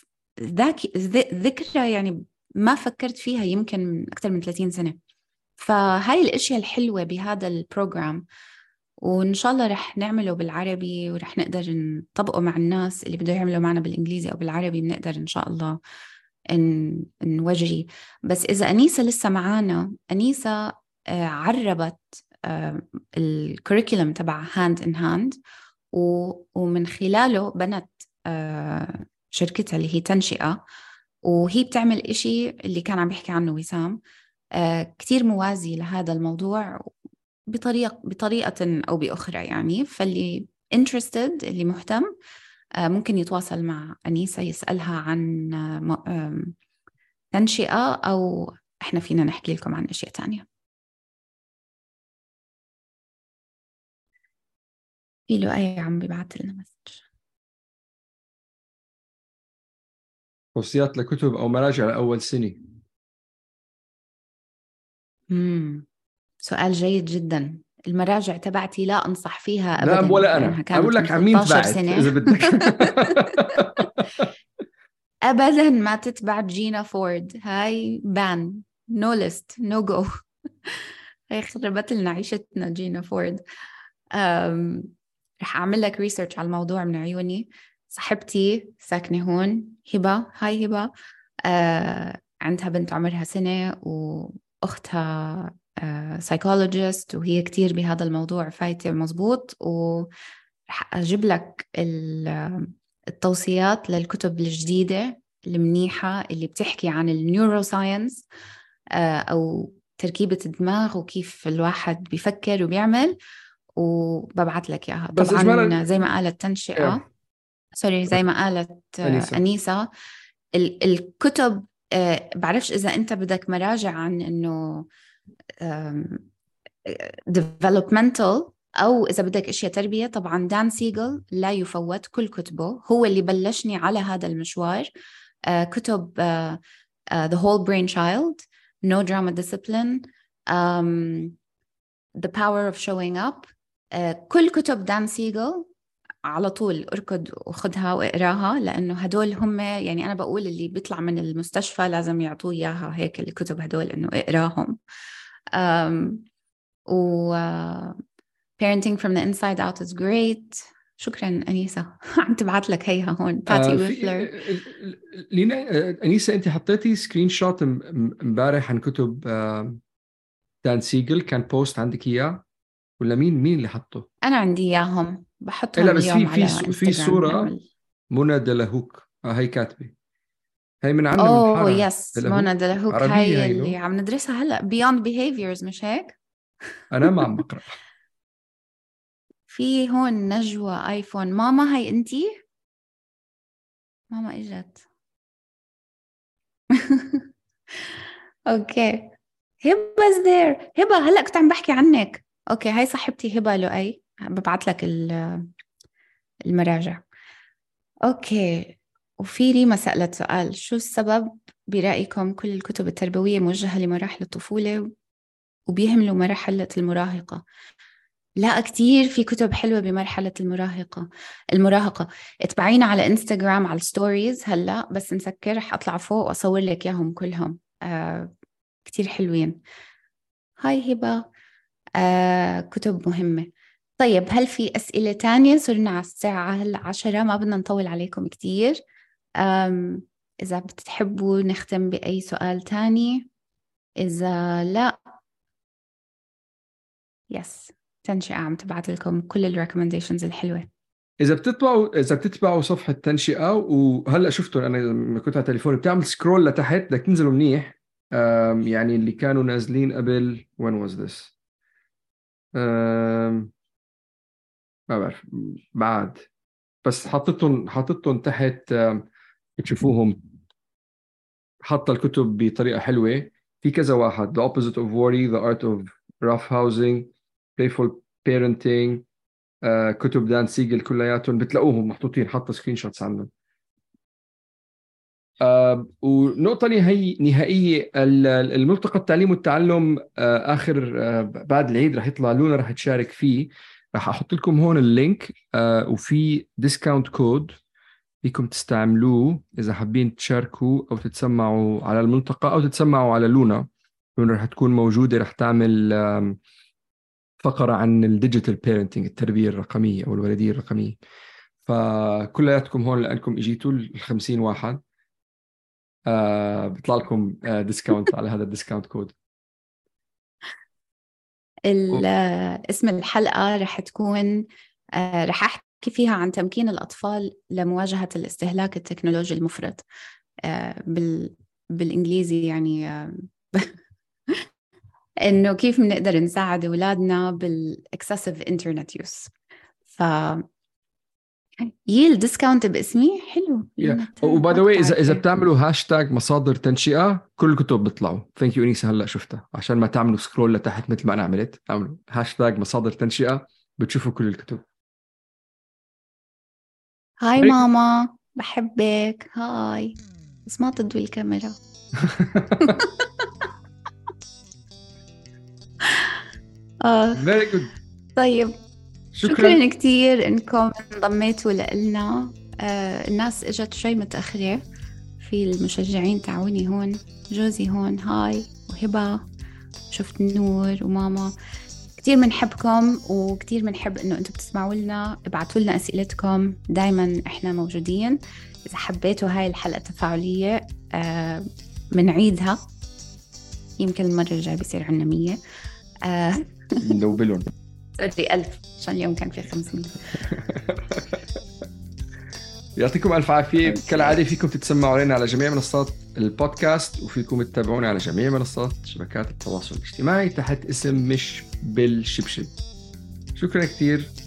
ذكرى يعني ما فكرت فيها يمكن أكثر من 30 سنة. فهاي الأشياء الحلوة بهذا البروجرام وإن شاء الله رح نعمله بالعربي ورح نقدر نطبقه مع الناس اللي بده يعملوا معنا بالإنجليزي أو بالعربي. بنقدر إن شاء الله نوجهي. بس إذا أنيسة لسه معانا، أنيسة عربت الكوريكولم تبع هاند إن هاند، ومن خلاله بنت شركتها اللي هي تنشئة، وهي بتعمل إشي اللي كان عم بيحكي عنه وسام كتير موازي لهذا الموضوع بطريقة أو بأخرى يعني. فاللي interested، اللي مهتم، ممكن يتواصل مع أنيسة يسألها عن تنشئة، أو إحنا فينا نحكي لكم عن أشياء تانية. في له أي عم بيبعت لنا مسج توصيات لكتب أو مراجع لأول سنة. سؤال جيد جدا. المراجع تبعتي لا أنصح فيها لا أبدا، ولا أنا لأنها كانت أقول لك من عمين 16 تبعت سنة. إذا بدك. أبدا ما تتبع جينا فورد، هاي بان، نو ليست، نو جو. هاي خربت لنا عيشتنا جينا فورد. رح أعمل لك ريسيرش على الموضوع من عيوني. صاحبتي ساكنة هون، هبة، هاي هبة، عندها بنت عمرها 1 سنة، وأختها سايكولوجيست، وهي كتير بهذا الموضوع فايتة مزبوط. ورح أجيب لك التوصيات للكتب الجديدة المنيحة اللي بتحكي عن النيوروساينس أو تركيبة الدماغ وكيف الواحد بيفكر وبيعمل، وببعت لك إياها. طبعا زي ما قالت تنشئة، سوري، زي ما قالت أنيسة، الكتب بعرفش إذا أنت بدك مراجع عن إنه developmental أو إذا بدك أشياء تربية. طبعا دان سيغل لا يفوت، كل كتبه هو اللي بلشني على هذا المشوار. كتب The Whole Brain Child, No Drama Discipline, The Power of Showing Up. كل كتب دان سيغل على طول اركض وخدها واقراها، لأنه هدول هم يعني أنا بقول اللي بيطلع من المستشفى لازم يعطوه إياها هيك الكتب هدول، إنه اقراهم. Parenting from the Inside Out is great. شكرا أنيسة. عم تبعت لك هيها هون باتي ويفلر. أنيسة أنت حطيتي سكرين شوت امبارح عن كتب دان سيغل، كان بوست عندك إياه ولا مين اللي حطه؟ أنا عندي إياهم بحطهم لا بس اليوم على انستغرام. في صورة منى دلهوك، هي كاتبة، هي من عندنا من حارة. يس، منى دلهوك، هاي اللي عم ندرسها هلأ، Beyond Behaviors، مش هيك؟ أنا ما عم بقرأ. في هون نجوى آيفون. ماما هاي أنتي؟ ماما إجت. أوكي، هبة there. هبة هلأ كنت عم بحكي عنك. أوكي، هاي صاحبتي هبة لؤي، ببعت لك المراجع. أوكي. وفي ريما سألت سؤال: شو السبب برأيكم كل الكتب التربوية موجهة لمراحل الطفولة وبيهملوا مرحلة المراهقة؟ لا، كتير في كتب حلوة بمرحلة المراهقة. اتبعينا على انستغرام على الستوريز هلأ، بس نسكر رح أطلع فوق وأصور لك ياهم كلهم. كتير حلوين. هاي هبة. كتب مهمة. طيب، هل في أسئلة تانية؟ صرنا على الساعة هلأ 10، ما بدنا نطول عليكم كتير. إذا بتحبوا نختم بأي سؤال تاني، إذا لا يس، تنشئة عم تبعت لكم كل الريكومنديشنز الحلوة. إذا بتتبعوا صفحة تنشئة، وهلأ شفتوا أنا لما كنت على تليفوني بتعمل سكرول لتحت، بدك تنزلوا منيح. يعني اللي كانوا نازلين قبل when was this؟ ما بعرف بعد، بس حطيتهم تحت تشوفوهم. حط الكتب بطريقة حلوة، في كذا واحد: The Opposite of Worry, The Art of Rough Housing, Playful Parenting. كتب دان سيغل كلياتهم بتلاقوهم محطوطين، حط سكرين شوتس عنهم. ونقطة نهائية، الملتقى التعليم والتعلم آخر بعد العيد رح يطلع، لونا رح تشارك فيه. رح أحط لكم هون اللينك، وفي ديسكاونت كود فيكم تستعملوه إذا حابين تشاركوا أو تتسمعوا على الملتقى أو تتسمعوا على لونا رح تكون موجودة. رح تعمل فقرة عن الديجيتال بيرنتينج، التربية الرقمية أو الولدية الرقمية. فكلياتكم هون لأنكم إجيتوا 50 واحد بيطلع لكم ديسكاونت على هذا الديسكاونت كود. اسم الحلقة رح تكون رح أحكي فيها عن تمكين الأطفال لمواجهة الاستهلاك التكنولوجي المفرط. بالإنجليزي يعني إنه كيف بنقدر نساعد أولادنا بالإكسسيف إنترنت يوز. ييل ديسكاونت باسمي حلو. وباي ذا واي إذا بتعملوا هاشتاج مصادر تنشئة كل الكتب بيطلعوا. ثانك يو أنيسة، هلا شفتها عشان ما تعملوا سكرول لتحت مثل ما أنا عملت. اعملوا هاشتاج مصادر تنشئة بتشوفوا كل الكتب. هاي ماما بحبك. هاي بس ما تضوي الكاميرا. Very good. طيب شكرا كتير انكم انضميتوا لنا. الناس اجت شوي متأخرة، في المشجعين تعوني هون، جوزي هون، هاي، وهبة، شفت نور وماما. كتير منحبكم وكتير منحب انه انتم بتسمعوا لنا. ابعتوا لنا اسئلتكم، دايما احنا موجودين. اذا حبيتوا هاي الحلقة تفاعلية منعيدها، يمكن المرة الجاية بيصير عنا 100. ندوبلهم. سوري 1000 عشان اليوم كان في 500. يعطيكم ألف عافية. كالعادة فيكم تتسمعوا علينا على جميع منصات البودكاست، وفيكم تتابعونا على جميع منصات شبكات التواصل الاجتماعي تحت اسم مش بالشبشب. شكرا كتير.